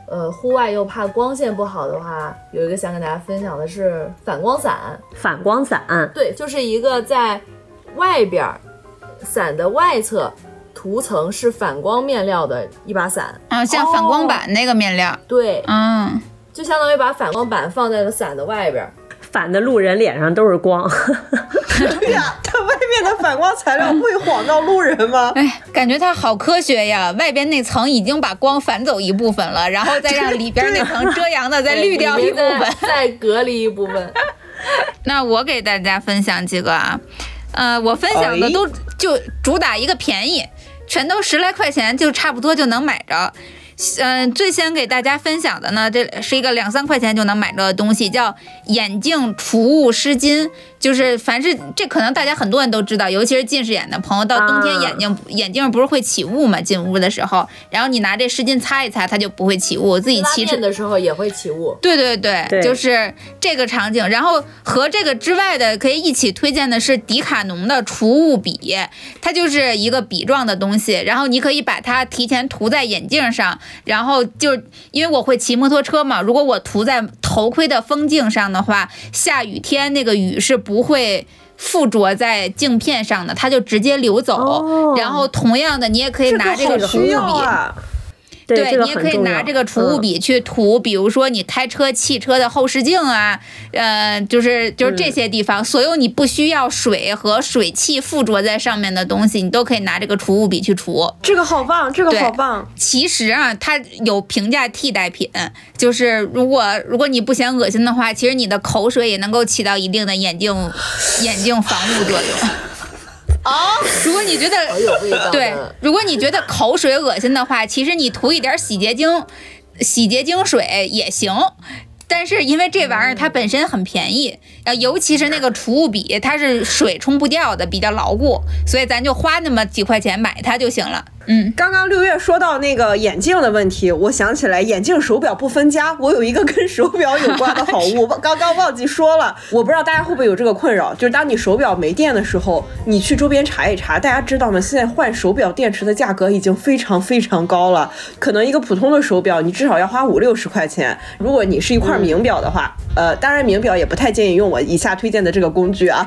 呃，户外又怕光线不好的话，有一个想跟大家分享的是反光伞。 反光伞， 对，就是一个在外边伞的外侧涂层是反光面料的一把伞啊，像反光板那个面料。哦、 对， 嗯， 就相当于把反光板放在了伞的外边。 反的路人脸上都是光。 对呀，它外面的反光材料会晃到路人吗？ 哎，感觉它好科学呀！外边那层已经把光反走一部分了，然后再让里边那层遮阳的再滤掉一部分， 再隔离一部分。 那我给大家分享几个啊，呃，我分享的都就主打一个便宜，全都十来块钱就差不多就能买着。嗯、呃，最先给大家分享的呢，这是一个两三块钱就能买着的东西，叫眼镜除雾湿巾。就是凡是这可能大家很多人都知道，尤其是近视眼的朋友，到冬天眼睛、啊、眼镜不是会起雾吗？进屋的时候，然后你拿这湿巾擦一擦，它就不会起雾。自己骑车的时候也会起雾。 对对 对, 对，就是这个场景。然后和这个之外的，可以一起推荐的是迪卡侬的除雾笔，它就是一个笔状的东西，然后你可以把它提前涂在眼镜上，然后就因为我会骑摩托车嘛，如果我涂在头盔的风镜上的话，下雨天那个雨是不会附着在镜片上的，它就直接流走、哦、然后同样的你也可以拿这个除雾笔、 啊、 对, 对、这个、你也可以拿这个除雾笔去涂、嗯、比如说你开车汽车的后视镜啊，呃，就是就是这些地方、嗯、所有你不需要水和水汽附着在上面的东西，你都可以拿这个除雾笔去除。 这个好棒，这个好棒。 其实啊，它有平价替代品，就是如果如果你不嫌恶心的话，其实你的口水也能够起到一定的眼镜眼镜防雾作用。 啊、哦， 如果你觉得对，如果你觉得口水恶心的话，其实你涂一点洗洁精，洗洁精水也行。但是因为这玩意儿它本身很便宜，呃，尤其是那个除雾笔，它是水冲不掉的，比较牢固，所以咱就花那么几块钱买它就行了。嗯， 刚刚六月说到那个眼镜的问题，我想起来眼镜手表不分家，我有一个跟手表有关的好物，刚刚忘记说了。我不知道大家会不会有这个困扰，就是当你手表没电的时候，你去周边查一查，大家知道吗？现在换手表电池的价格已经非常非常高了，可能一个普通的手表你至少要花五六十块钱。如果你是一块名表的话，嗯、呃，当然名表也不太建议用我以下推荐的这个工具啊。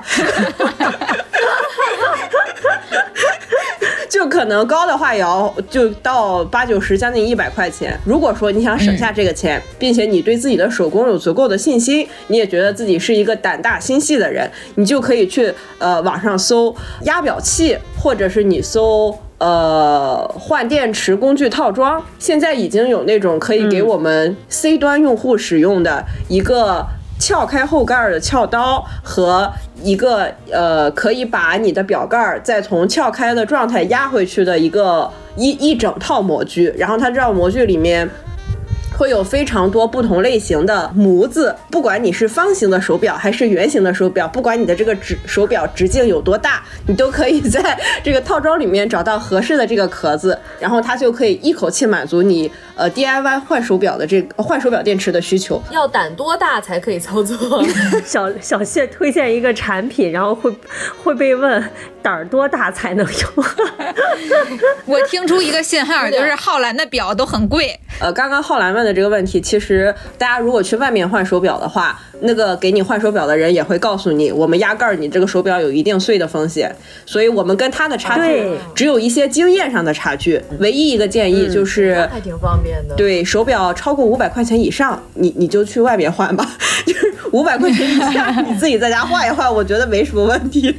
就可能高的话也要就到八九十将近一百块钱。如果说你想省下这个钱、嗯、并且你对自己的手工有足够的信心，你也觉得自己是一个胆大心细的人，你就可以去呃网上搜压表器，或者是你搜呃换电池工具套装。现在已经有那种可以给我们 C 端用户使用的一个撬开后盖的撬刀和一个呃可以把你的表盖再从撬开的状态压回去的一个一一整套模具，然后它这套模具里面会有非常多不同类型的模子，不管你是方形的手表还是圆形的手表，不管你的这个直手表直径有多大，你都可以在这个套装里面找到合适的这个壳子，然后它就可以一口气满足你呃 D I Y 换手表的这个换手表电池的需求。 要胆多大才可以操作？ 小小谢推荐一个产品，然后会会被问胆儿多大才能用？ 我听出一个信号，就是浩兰的表都很贵。 呃，刚刚浩兰问的这个问题，其实大家如果去外面换手表的话，那个给你换手表的人也会告诉你，我们压根儿你这个手表有一定碎的风险，所以我们跟他的差距只有一些经验上的差距。唯一一个建议就是， 嗯、还挺方便的。 对，手表超过五百块钱以上，你你就去外面换吧，就是五百块钱以下，你自己在家换一换，我觉得没什么问题。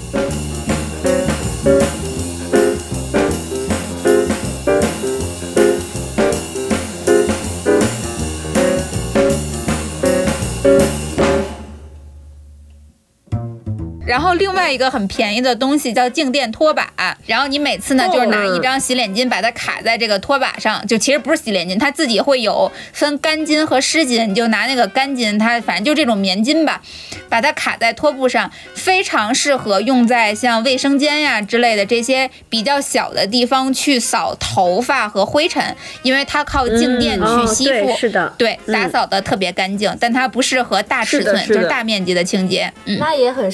然后另外一个很便宜的东西叫静电拖把，然后你每次呢就是拿一张洗脸巾把它卡在这个拖把上，就其实不是洗脸巾，它自己会有分干巾和湿巾，你就拿那个干巾，它反正就这种棉巾吧，把它卡在拖布上，非常适合用在像卫生间呀之类的这些比较小的地方去扫头发和灰尘，因为它靠静电去吸附、 嗯哦、是的， 对，打扫的特别干净、嗯、但它不适合大尺寸，就是大面积的清洁。嗯， 那也很适合家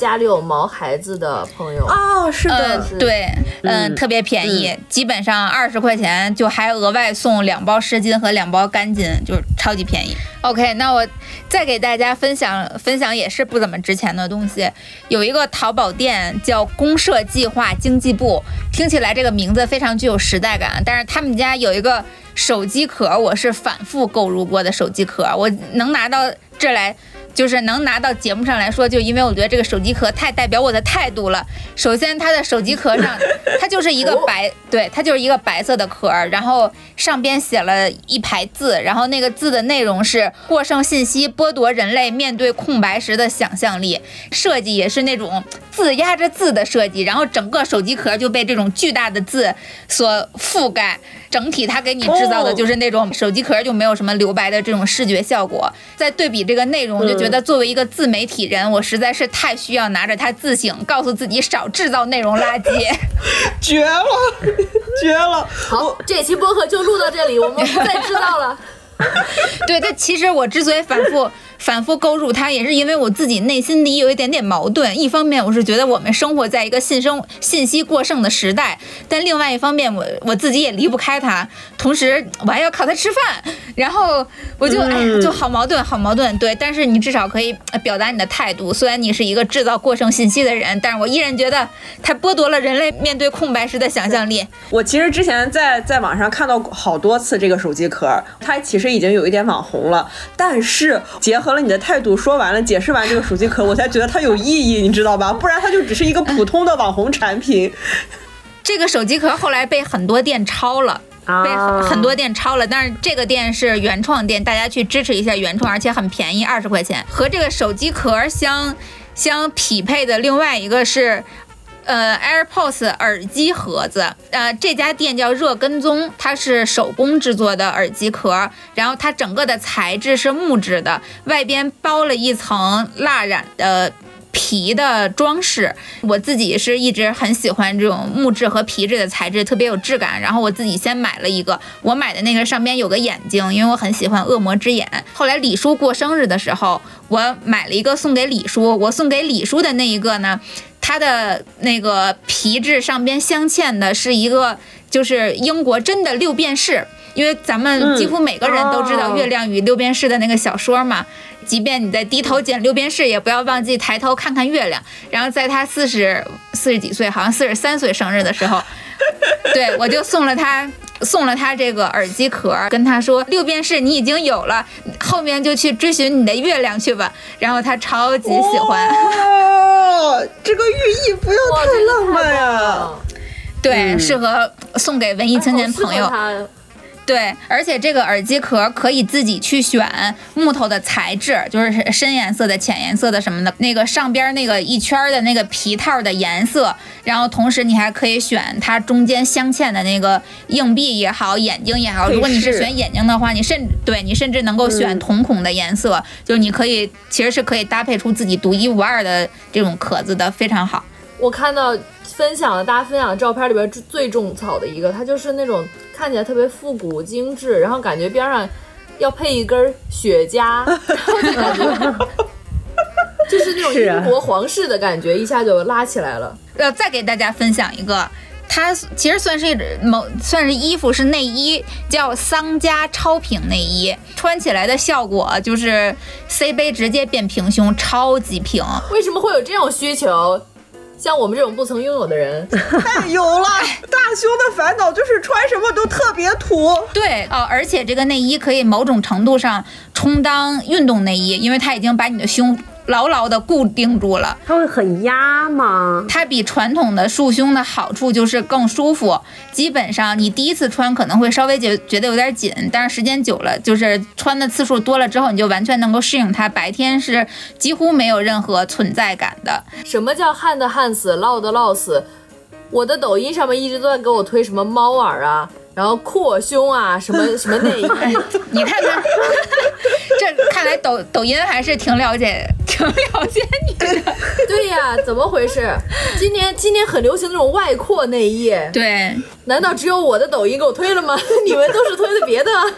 家里有毛孩子的朋友。 哦，是的， 嗯，对，嗯， 嗯特别便宜， 嗯基本上二十块钱就还额外送两包湿巾和两包干巾，就是超级便宜。OK， 那我再给大家分享分享也是不怎么值钱的东西，有一个淘宝店叫公社计划经济部，听起来这个名字非常具有时代感，但是他们家有一个手机壳，我是反复购入过的手机壳，我能拿到这来。就是能拿到节目上来说，就因为我觉得这个手机壳太代表我的态度了。首先，它的手机壳上，它就是一个白，对，它就是一个白色的壳，然后上边写了一排字，然后那个字的内容是“过剩信息剥夺人类面对空白时的想象力”，设计也是那种字压着字的设计，然后整个手机壳就被这种巨大的字所覆盖。整体它给你制造的就是那种手机壳就没有什么留白的这种视觉效果。再对比这个内容，我就觉得作为一个自媒体人，我实在是太需要拿着它自省，告诉自己少制造内容垃圾。 绝了，绝了！ 好，这期播客就录到这里，我们不再制造了。 对，但其实我之所以反复反复购入它，也是因为我自己内心里有一点点矛盾。一方面，我是觉得我们生活在一个信生信息过剩的时代，但另外一方面，我我自己也离不开它，同时我还要靠它吃饭，然后我就、嗯、哎呀，就好矛盾，好矛盾。对，但是你至少可以表达你的态度。虽然你是一个制造过剩信息的人，但是我依然觉得它剥夺了人类面对空白时的想象力。 我其实之前在在网上看到好多次这个手机壳，它其实已经有一点网红了，但是结合了你的态度，说完了解释完这个手机壳，我才觉得它有意义，你知道吧？不然它就只是一个普通的网红产品。 这个手机壳后来被很多店抄了。被很多店抄了，但是这个店是原创店，大家去支持一下原创，而且很便宜，二十块钱。和这个手机壳相相匹配的另外一个是呃 AirPods 耳机盒子，呃这家店叫热跟踪，它是手工制作的耳机壳，然后它整个的材质是木质的，外边包了一层蜡染的皮的装饰。我自己是一直很喜欢这种木质和皮质的材质，特别有质感，然后我自己先买了一个，我买的那个上边有个眼睛，因为我很喜欢恶魔之眼。后来李叔过生日的时候，我买了一个送给李叔，我送给李叔的那一个呢，它的那个皮质上边镶嵌的是一个就是英国真的六便士，因为咱们几乎每个人都知道月亮与六便士的那个小说嘛，嗯、即便你在低头捡六便士，也不要忘记抬头看看月亮。然后在他四十四十几岁，好像四十三岁生日的时候，对我就送了他送了他这个耳机壳，跟他说六便士你已经有了，后面就去追寻你的月亮去吧。然后他超级喜欢。 哦，这个寓意不要太浪漫呀。 对， 嗯、 适合送给文艺青年朋友。对，而且这个耳机壳可以自己去选木头的材质，就是深颜色的、浅颜色的什么的，那个上边那个一圈的那个皮套的颜色，然后同时你还可以选它中间镶嵌的那个硬币也好、眼睛也好。如果你是选眼睛的话，你甚对你甚至能够选瞳孔的颜色，嗯、就是你可以其实是可以搭配出自己独一无二的这种壳子的，非常好。 我看到分享的大家分享的照片里边最种草的一个，它就是那种看起来特别复古精致，然后感觉边上要配一根雪茄，然后就感觉就是那种英国皇室的感觉，一下就拉起来了。 呃，再给大家分享一个，它其实算是一某算是衣服，是内衣，叫桑嘉超平内衣，穿起来的效果就是 C 杯直接变平胸，超级平。 为什么会有这种需求？像我们这种不曾拥有的人， 太有了！大胸的烦恼就是穿什么都特别土。 对哦，而且这个内衣可以某种程度上充当运动内衣，因为它已经把你的胸牢牢的固定住了。 它会很压吗？ 它比传统的束胸的好处就是更舒服。基本上你第一次穿可能会稍微觉觉得有点紧，但是时间久了，就是穿的次数多了之后，你就完全能够适应它。白天是几乎没有任何存在感的。 什么叫旱的旱死，涝的涝死？我的抖音上面一直都在给我推什么猫耳啊，然后扩胸啊，什么什么内衣， 你看看，这看来抖抖音还是挺了解，挺了解你的。 对呀，怎么回事？今年今年很流行那种外扩内衣， 对， 难道只有我的抖音给我推了吗？你们都是推的别的？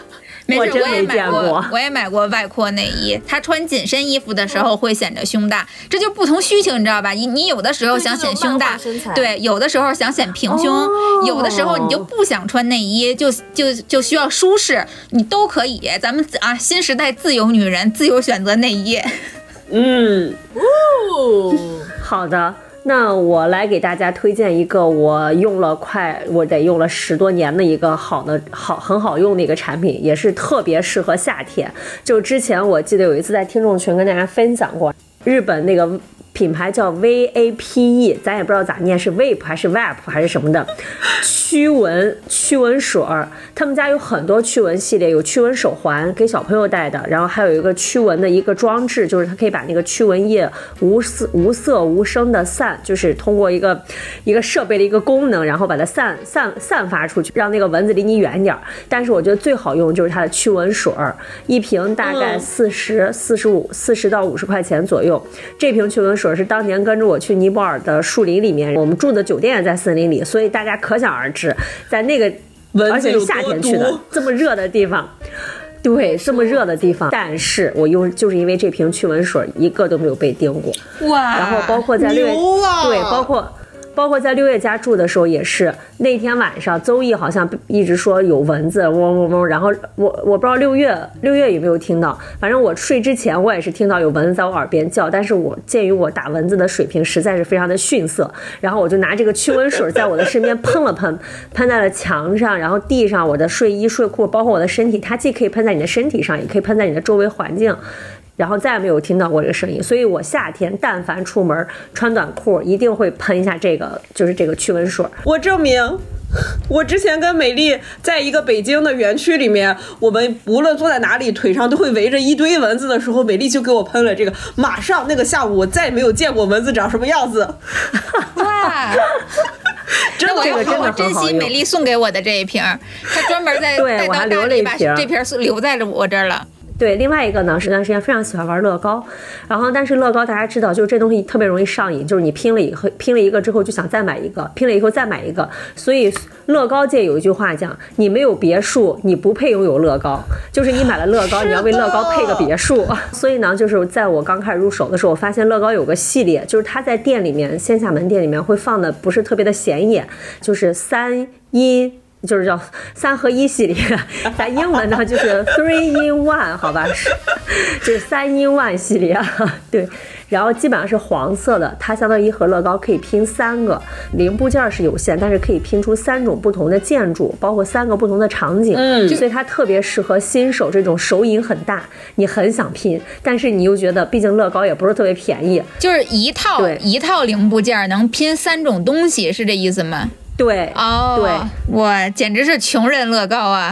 没事， 我真我也买没见过我也买过外扩内衣。他穿紧身衣服的时候会显着胸大，这就不同需求，你知道吧？你你有的时候想显胸大，对，有的时候想显平胸， 哦、 有的时候你就不想穿内衣，就就就需要舒适，你都可以。咱们啊，新时代自由女人，自由选择内衣。 嗯， 哦， 好的。那我来给大家推荐一个我用了快我得用了十多年的一个好的好很好用的一个产品，也是特别适合夏天。就之前我记得有一次在听众群跟大家分享过，日本那个品牌叫 V A P E， 咱也不知道咋念，是 Vape 还是 Vape 还是什么的驱蚊驱蚊水儿。他们家有很多驱蚊系列，有驱蚊手环给小朋友戴的，然后还有一个驱蚊的一个装置，就是它可以把那个驱蚊液无色无色无声的散，就是通过一个一个设备的一个功能，然后把它散散散发出去，让那个蚊子离你远点儿。但是我觉得最好用就是它的驱蚊水儿，一瓶大概四十四十五四十到五十块钱左右。这瓶驱蚊水是当年跟着我去尼泊尔的树林里面，我们住的酒店也在森林里，所以大家可想而知，在那个而且是夏天去的这么热的地方，对，这么热的地方，但是我用就是因为这瓶驱蚊水一个都没有被叮过。 哇！ 然后包括在六月， 啊、 对，包括。包括在六月家住的时候也是，那天晚上邹毅好像一直说有蚊子嗡嗡嗡，然后我我不知道六月六月有没有听到，反正我睡之前我也是听到有蚊子在我耳边叫，但是我鉴于我打蚊子的水平实在是非常的逊色，然后我就拿这个驱蚊水在我的身边喷了喷，喷在了墙上，然后地上，我的睡衣睡裤，包括我的身体，它既可以喷在你的身体上，也可以喷在你的周围环境。然后再也没有听到过这个声音，所以我夏天但凡出门穿短裤，一定会喷一下这个，就是这个驱蚊水。 我证明，我之前跟美丽在一个北京的园区里面，我们无论坐在哪里，腿上都会围着一堆蚊子的时候，美丽就给我喷了这个，马上那个下午我再也没有见过蚊子长什么样子。 哇！ 真的， 我要好好珍惜美丽送给我的这一瓶，她专门在对我还留了一瓶， 这瓶留在了我这儿了。 对，另外一个呢，是段时间非常喜欢玩乐高，然后但是乐高大家知道，就是这东西特别容易上瘾，就是你拼了以后拼了一个之后就想再买一个，拼了以后再买一个，所以乐高界有一句话讲，你没有别墅，你不配拥有乐高，就是你买了乐高，你要为乐高配个别墅。所以呢，就是在我刚开始入手的时候，我发现乐高有个系列，就是它在店里面线下门店里面会放的不是特别的显眼，就是三一。就是叫三合一系列，咱英文呢就是 three in one， 好吧，就是三 in one 系列，对。然后基本上是黄色的，它相当于一盒乐高可以拼三个，零部件是有限，但是可以拼出三种不同的建筑，包括三个不同的场景，嗯，所以它特别适合新手，这种手瘾很大，你很想拼，但是你又觉得毕竟乐高也不是特别便宜， 就是一套一套零部件能拼三种东西，是这意思吗？ 对哦， 对， 我简直是穷人乐高啊！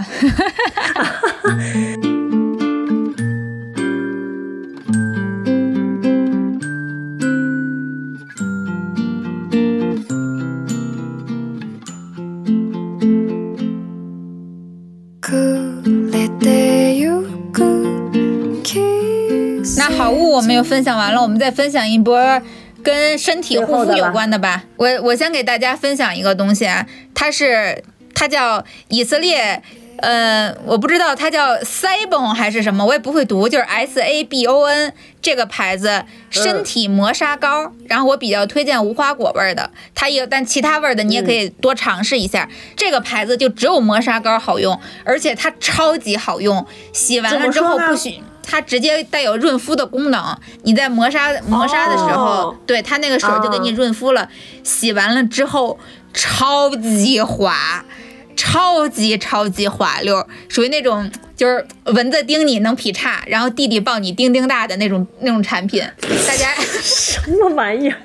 那好物我们又分享完了，我们再分享一波跟身体护肤有关的吧。我我先给大家分享一个东西啊，它是它叫以色列，呃，我不知道它叫 Sabon 还是什么，我也不会读，就是 S A B O N 这个牌子身体磨砂膏，嗯、然后我比较推荐无花果味的，它也但其他味的你也可以多尝试一下。嗯、这个牌子就只有磨砂膏好用，而且它超级好用，洗完了之后不许。它直接带有润肤的功能，你在磨砂磨砂的时候，哦、对它那个水就给你润肤了，哦、洗完了之后超级滑，超级超级滑溜，属于那种就是蚊子叮你能劈叉，然后弟弟抱你叮叮大的那种那种产品，大家什么玩意儿？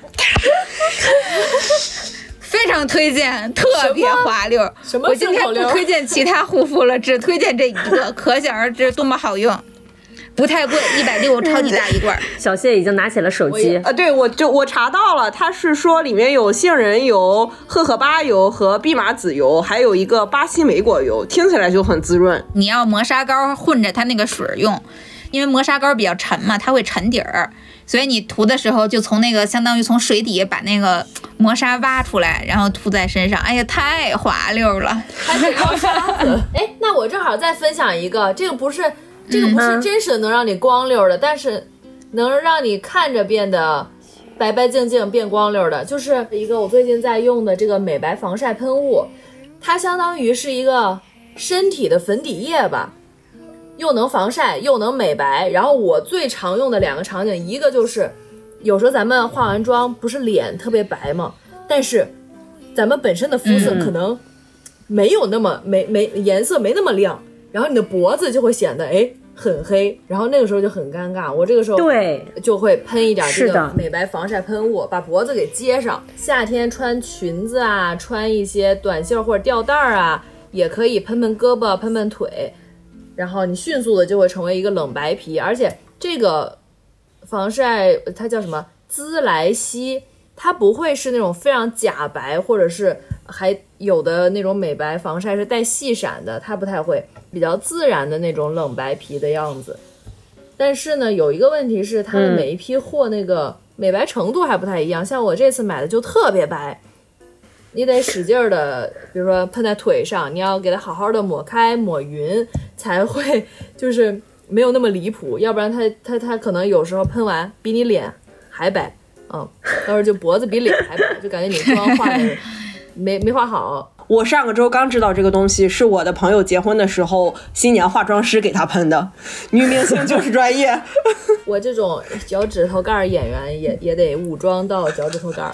非常推荐，特别滑溜。 什么？ 我今天不推荐其他护肤了，只推荐这一个，可想而知多么好用。不太贵，一百六，超级大一罐。 小谢已经拿起了手机。 呃，对，我就我查到了，它是说里面有杏仁油、荷荷巴油和蓖麻籽油，还有一个巴西莓果油，听起来就很滋润。 你要磨砂膏混着它那个水用，因为磨砂膏比较沉嘛，它会沉底儿，所以你涂的时候就从那个相当于从水底把那个磨砂挖出来，然后涂在身上，哎呀，太滑溜了。 还得刮沙子。哎，那我我正好再分享一个，这个不是这个不是真实的能让你光溜的，嗯、但是能让你看着变得白白净净变光溜的，就是一个我最近在用的这个美白防晒喷雾，它相当于是一个身体的粉底液吧，又能防晒又能美白。然后我最常用的两个场景，一个就是有时候咱们化完妆不是脸特别白吗？但是咱们本身的肤色可能没有那么、嗯、没没颜色没那么亮，然后你的脖子就会显得哎很黑，然后那个时候就很尴尬。我这个时候对就会喷一点这个美白防晒喷雾，把脖子给接上。夏天穿裙子啊，穿一些短袖或者吊带啊，也可以喷喷胳膊喷喷腿，然后你迅速的就会成为一个冷白皮。而且这个防晒它叫什么姿莱希，它不会是那种非常假白，或者是还有的那种美白防晒是带细闪的，它不太会，比较自然的那种冷白皮的样子。但是呢，有一个问题是它的每一批货那个美白程度还不太一样，嗯、像我这次买的就特别白，你得使劲的，比如说喷在腿上，你要给它好好的抹开抹匀，才会就是没有那么离谱，要不然它它它可能有时候喷完比你脸还白。嗯，到时候就脖子比脸还白，就感觉你妆化的没没化好。 我上个周刚知道这个东西，是我的朋友结婚的时候，新娘化妆师给他喷的。女明星就是专业。 我这种脚趾头盖演员也也得武装到脚趾头盖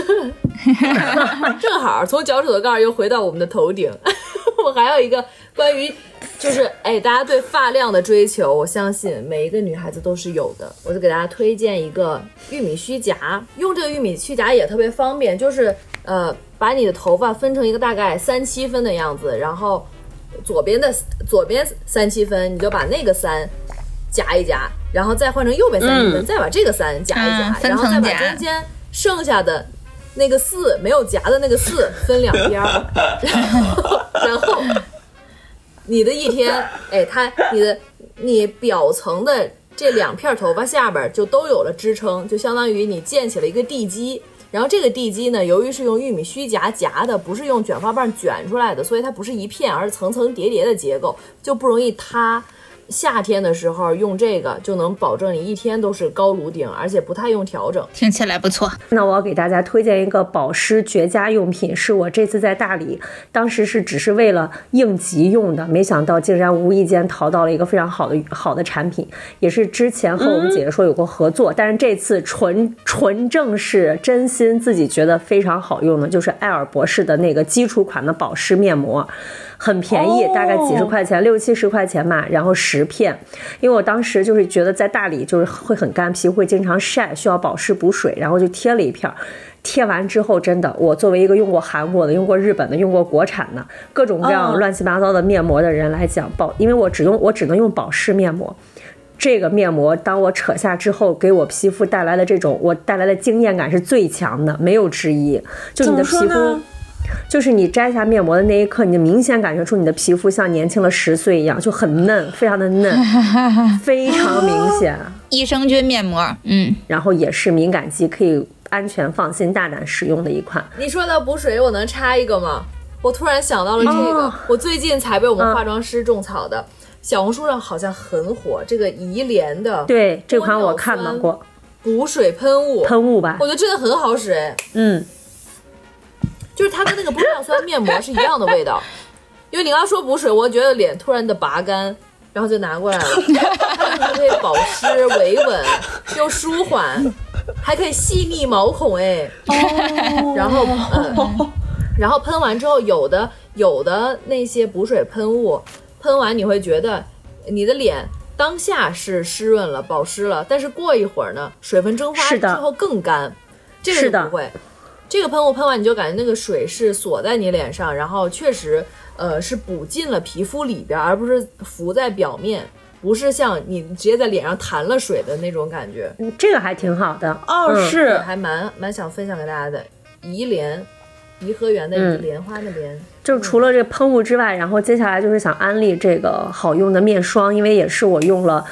正好从脚趾头盖又回到我们的头顶。我还有一个关于就是哎，大家对发量的追求，我相信每一个女孩子都是有的。我就给大家推荐一个玉米须夹，用这个玉米须夹也特别方便，就是呃，把你的头发分成一个大概三七分的样子，然后左边的左边三七分，你就把那个三夹一夹，然后再换成右边三七分，嗯、再把这个三夹一夹， 嗯、 然后再把中间剩下的那个四没有夹的那个四分两边，然后然后。你的一天，哎，它你的你表层的这两片头发下边就都有了支撑，就相当于你建起了一个地基。然后这个地基呢，由于是用玉米须夹夹的，不是用卷发棒卷出来的，所以它不是一片，而是层层叠叠的结构，就不容易塌。夏天的时候用这个就能保证你一天都是高颅顶，而且不太用调整。 听起来不错。 那我要给大家推荐一个保湿绝佳用品，是我这次在大理，当时是只是为了应急用的，没想到竟然无意间淘到了一个非常好的好的产品，也是之前和我们姐姐说有过合作，嗯、但是这次纯纯正是真心自己觉得非常好用的，就是瑷尔博士的那个基础款的保湿面膜。很便宜，大概几十块钱，六七十块钱嘛，然后十片。因为我当时就是觉得在大理就是会很干，皮肤会经常晒，需要保湿补水，然后就贴了一片。贴完之后，真的，我作为一个用过韩国的、用过日本的、用过国产的各种各样乱七八糟的面膜的人来讲，保，因为我只用我只能用保湿面膜。这个面膜当我扯下之后，给我皮肤带来的这种我带来的惊艳感是最强的，没有之一。就你的皮肤。就是你摘下面膜的那一刻，你就明显感觉出你的皮肤像年轻了十岁一样，就很嫩，非常的嫩，非常明显。 益生菌面膜，嗯， 然后也是敏感肌，可以安全放心大胆使用的一款。 你说到补水，我能插一个吗？我突然想到了这个，哦、我最近才被我们化妆师种草的，啊、小红书上好像很火，这个怡莲的， 对，这款我看到过， 补水喷雾， 喷雾吧， 我觉得真的很好使，哎，嗯。就是它跟那个玻尿酸面膜是一样的味道，因为你刚刚说补水，我觉得脸突然的拔干，然后就拿过来了。它就是可以保湿、维稳又舒缓，还可以细腻毛孔哎。哦。然后呃，然后喷完之后，有的有的那些补水喷雾，喷完你会觉得你的脸当下是湿润了、保湿了，但是过一会儿呢，水分蒸发之后更干，这个就不会。这个喷雾喷完你就感觉那个水是锁在你脸上，然后确实呃是补进了皮肤里边，而不是浮在表面，不是像你直接在脸上弹了水的那种感觉。 嗯，这个还挺好的哦，嗯、是还蛮蛮想分享给大家的。怡莲，颐和园的怡，莲花的莲。 就除了这个喷雾之外，然后接下来就是想安利这个好用的面霜，因为也是我用了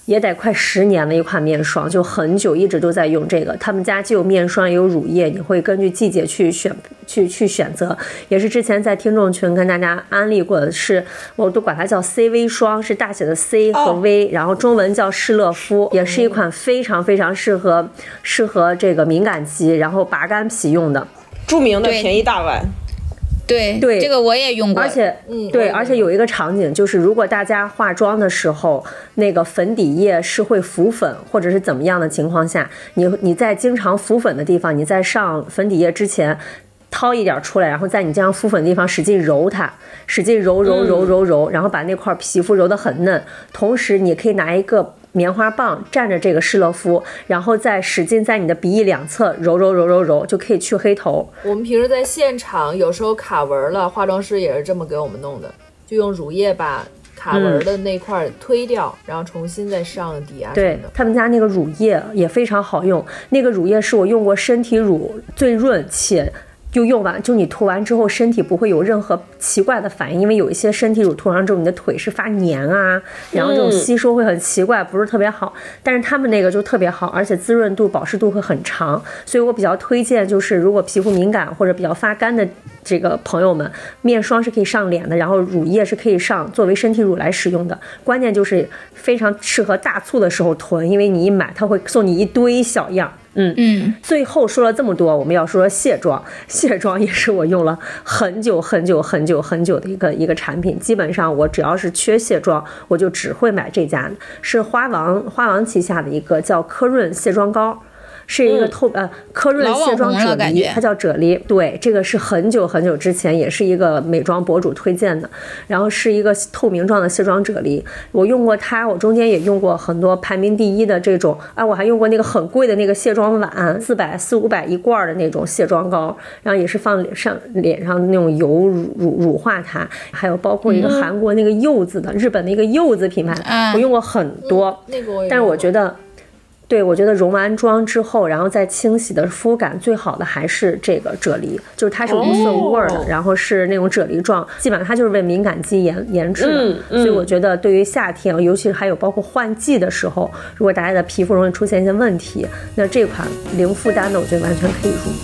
也得快十年的一款面霜，就很久一直都在用这个。他们家既有面霜也有乳液，你会根据季节去选去去选择。也是之前在听众群跟大家安利过的是，我都管它叫 C V 霜，是大写的 C 和 V，、哦、然后中文叫施乐肤，也是一款非常非常适合适合这个敏感肌，然后拔干皮用的， 著名的便宜大碗。 对对， 这个我也用过， 而且，嗯，对，而且有一个场景就是，如果大家化妆的时候，那个粉底液是会浮粉或者是怎么样的情况下，你你在经常浮粉的地方，你在上粉底液之前，掏一点出来，然后在你这样浮粉的地方使劲揉它，使劲揉揉揉揉揉，然后把那块皮肤揉得很嫩，同时你可以拿一个棉花棒蘸着这个施乐肤，然后再使劲在你的鼻翼两侧揉揉揉揉揉，就可以去黑头。 我们平时在现场有时候卡纹了，化妆师也是这么给我们弄的，就用乳液把卡纹的那块推掉、嗯、然后重新再上底啊什么的。 对，他们家那个乳液也非常好用，那个乳液是我用过身体乳最润且就用完，就你涂完之后身体不会有任何奇怪的反应，因为有一些身体乳涂上之后你的腿是发黏啊，然后这种吸收会很奇怪，不是特别好。但是他们那个就特别好，而且滋润度保湿度会很长，所以我比较推荐就是如果皮肤敏感或者比较发干的这个朋友们，面霜是可以上脸的，然后乳液是可以上作为身体乳来使用的。关键就是非常适合大促的时候囤，因为你一买它会送你一堆小样。嗯嗯，最后说了这么多，我们要说卸妆。卸妆也是我用了很久很久很久很久的一个一个产品，基本上我只要是缺卸妆，我就只会买这家的，是花王花王旗下的一个叫科润卸妆膏。是一个透、嗯、呃科润卸妆啫喱，它叫啫喱。对，这个是很久很久之前，也是一个美妆博主推荐的，然后是一个透明状的卸妆啫喱。我用过它，我中间也用过很多排名第一的这种，啊，我还用过那个很贵的那个卸妆碗，四百四五百一罐的那种卸妆膏，然后也是放脸上脸上那种油乳乳乳化它，还有包括一个韩国那个柚子的、嗯、日本的一个柚子品牌，嗯、我用过很多， 嗯、那个我也用过， 但是我觉得。对，我觉得溶完妆之后，然后再清洗的肤感最好的还是这个啫喱，就是它是无色无味的，哦、然后是那种啫喱状，基本上它就是为敏感肌研研制的、嗯嗯。所以我觉得对于夏天，尤其是还有包括换季的时候，如果大家的皮肤容易出现一些问题，那这款零负担的，我觉得完全可以入。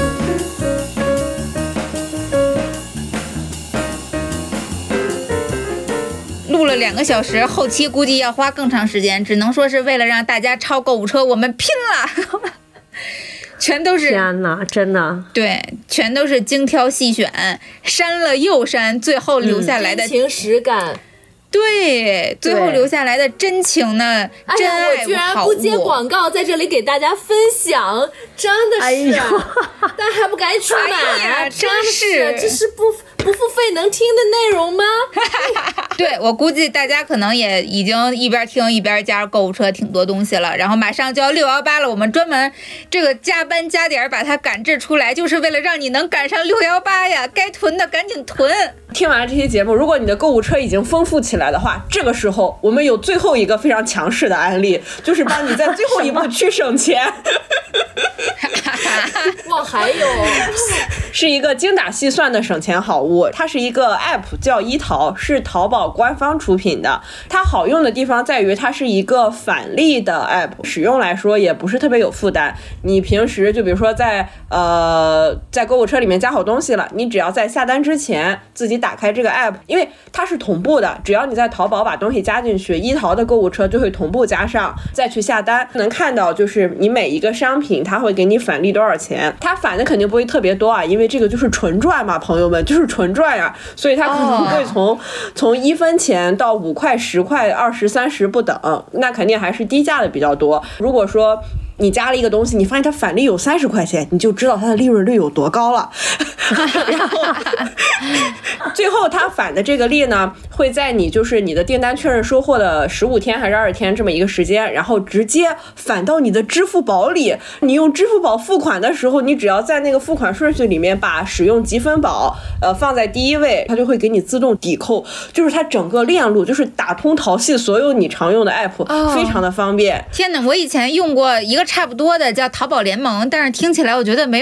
录了两个小时，后期估计要花更长时间，只能说是为了让大家抄购物车，我们拼了，全都是天哪，真的对，全都是精挑细选，删了又删，最后留下来的、 嗯、真情实感。 对，最后留下来的真情呢？真爱我居然不接广告，在这里给大家分享，真的是，哎、大家还不赶紧去买啊！ 哎、真是，这是不不付费能听的内容吗？ 对，我估计大家可能也已经一边听一边加入购物车挺多东西了，然后马上就要六幺八了，我们专门这个加班加点把它赶制出来，就是为了让你能赶上六幺八呀！该囤的赶紧囤。 听完了这些节目，如果你的购物车已经丰富起来的话，这个时候我们有最后一个非常强势的案例，就是帮你在最后一步去省钱。 哇，还有是一个精打细算的省钱好物，它是一个 app 叫一淘，是淘宝官方出品的。它好用的地方在于它是一个返利的 app， 使用来说也不是特别有负担。你平时就比如说在呃在购物车里面加好东西了，你只要在下单之前自己打开这个 app， 因为它是同步的，只要你在淘宝把东西加进去，一淘的购物车就会同步加上，再去下单，能看到就是你每一个商品它会给你返利多少钱。它返的肯定不会特别多啊，因为这个就是纯赚嘛，朋友们，就是纯赚呀，所以它可能会从、oh. 从一分钱到五块、十块、二十、三十不等，那肯定还是低价的比较多。如果说你加了一个东西，你发现它返利有三十块钱，你就知道它的利润率有多高了。然后最后它返的这个利呢，会在你就是你的订单确认收货的十五天还是二十天这么一个时间，然后直接返到你的支付宝里。你用支付宝付款的时候，你只要在那个付款顺序里面把使用积分宝呃放在第一位，它就会给你自动抵扣。就是它整个链路就是打通淘系所有你常用的 app，、oh. 非常的方便。 天哪，我以前用过一个差不多的叫淘宝联盟，但是听起来我觉得没有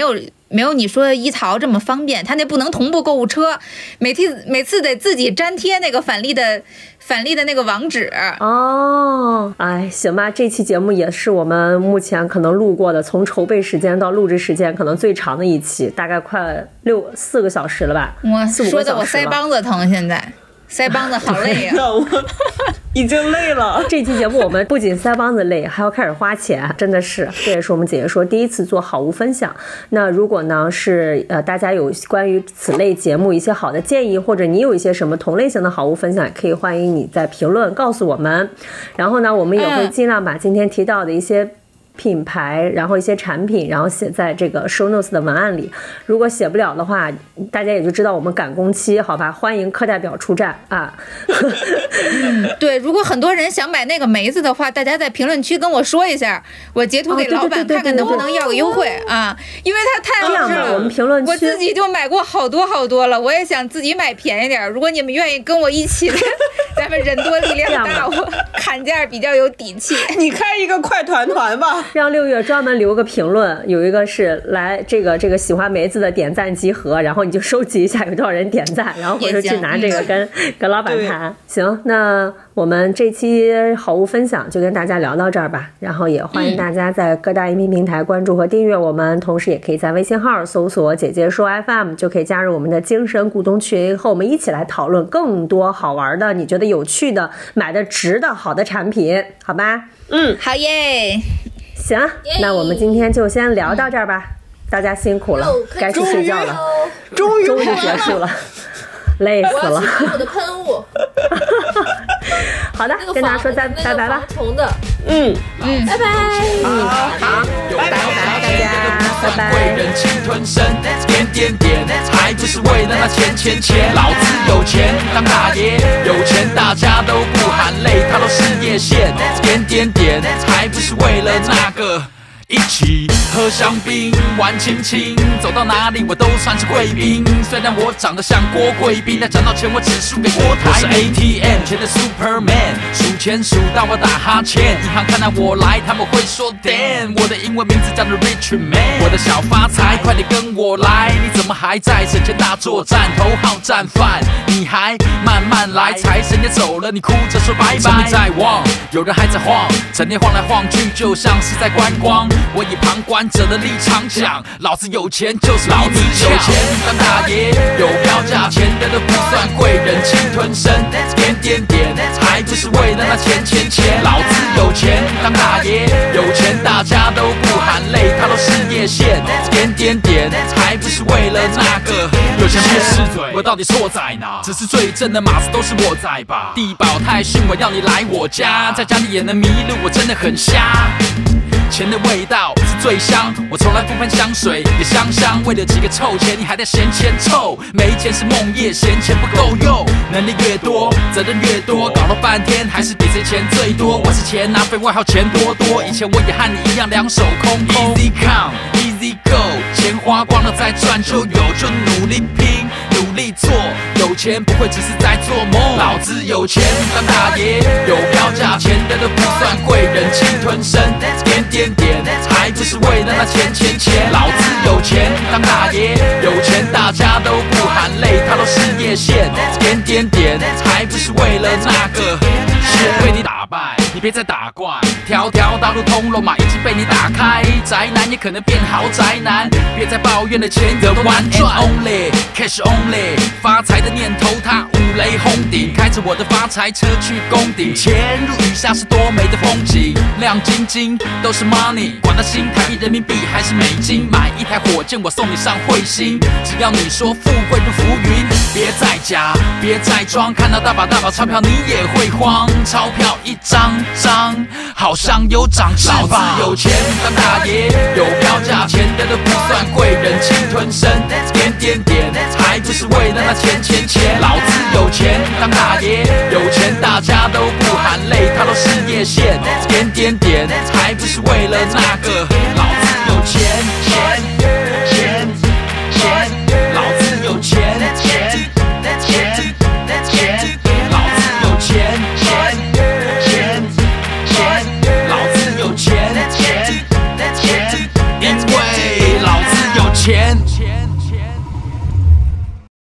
没有你说一淘这么方便，它那不能同步购物车，每次每次得自己粘贴那个返利的返利的那个网址。 哦，哎，行吧，这期节目也是我们目前可能录过的，从筹备时间到录制时间可能最长的一期，大概快六四个小时了吧？ 我四五说的我个小时了腮帮子疼，现在腮帮子好累呀、啊。 我已经累了。 这期节目我们不仅腮帮子累，还要开始花钱，真的是。这也是我们姐姐说第一次做好物分享。那如果呢是呃大家有关于此类节目一些好的建议，或者你有一些什么同类型的好物分享，也可以欢迎你在评论告诉我们。然后呢，我们也会尽量把今天提到的一些品牌，然后一些产品，然后写在这个 show notes 的文案里。如果写不了的话，大家也就知道我们赶工期，好吧？欢迎课代表出战啊！ 对，如果很多人想买那个梅子的话，大家在评论区跟我说一下，我截图给老板、哦、看看能不能要个优惠啊！因为它太好吃了。 我们评论区， 我自己就买过好多好多了，我也想自己买便宜点。如果你们愿意跟我一起，咱们人多力量大，我砍价比较有底气。 你开一个快团团吧。 让六月专门留个评论，有一个是来这个这个喜欢梅子的点赞集合，然后你就收集一下有多少人点赞，然后回头去拿这个跟跟老板谈。行，那我们这期好物分享就跟大家聊到这儿吧，然后也欢迎大家在各大音频平台关注和订阅我们，同时也可以在微信号搜索姐姐说 F M 就可以加入我们的精神股东群，和我们一起来讨论更多好玩的、你觉得有趣的、买的值的好的产品，好吧？ 嗯，好耶。 行，那我们今天就先聊到这儿吧，大家辛苦了，该去睡觉了， 终于终于结束了，累死了。 我要去买我的喷雾。 好的，跟大家说再拜拜吧。 虫的， 嗯嗯， 拜拜。 嗯，好，拜拜大家，拜拜。 贵人气吞声，点点点，还不是为了那钱钱钱。老子有钱当大爷，有钱大家都不喊累，他都事业线，点点点，还不是为了那个。一起喝香槟，玩亲亲，走到哪里我都算是贵宾。虽然我长得像郭贵宾，但讲到钱我只输给郭台铭。我是 A T M 钱的 Superman， 数钱数到我打哈欠。银行看到我来，他们会说 Damn， 我的英文名字叫做 Rich Man。我的小发财，快点跟我来！你怎么还在省钱大作战，头号战犯？你还慢慢来，财神也走了，你哭着说拜拜。生命在望，有人还在晃，整天晃来晃去，就像是在观光。我以旁观者的立场讲，老子有钱就是老子有钱当大爷，有标价钱的都不算贵人气吞声，点点点，还不是为了那钱钱钱。老子有钱当大爷，有钱大家都不喊累，他都事业线，点点点，还不是为了那个有钱别失嘴，我到底错在哪？只是最正的马子都是我在吧？地保太逊，我要你来我家，在家里也能迷路，我真的很瞎。钱的味道是最香，我从来不喷香水也香香，为了几个臭钱你还在嫌钱臭，没钱是梦魇，嫌钱不够用，能力越多责任越多，搞了半天还是比谁钱最多。我是钱拿废外号钱多多，以前我也和你一样两手空空。 Easy come easy go， 钱花光了再赚就有，就努力拼努力做，有钱不会只是在做梦。老子有钱当大爷，有标价钱的都不算贵人气吞声，点点点，还不是为了那钱钱钱。老子有钱当大爷，有钱大家都不喊累，他都事业线，点点点，还不是为了那个被你打败。你别再打怪，条条大路通罗马已经被你打开，宅男也可能变豪宅男，别再抱怨了钱有多难赚。Only cash only， 发财的念头它五雷轰顶，开着我的发财车去攻顶，潜入雨下是多美的风景，亮晶晶都是 money， 管他新台币人民币还是美金，买一台火箭我送你上彗星，只要你说富贵如浮云，别再假别再装，看到大把大把钞票你也会慌，钞票一张张好像有长翅膀。老子有钱当大爷，有标价钱的都不算贵人气吞声，点点点，还不是为了那钱钱钱。老子有钱当大爷，有钱大家都不喊累，他都事业线，点点点，还不是为了那个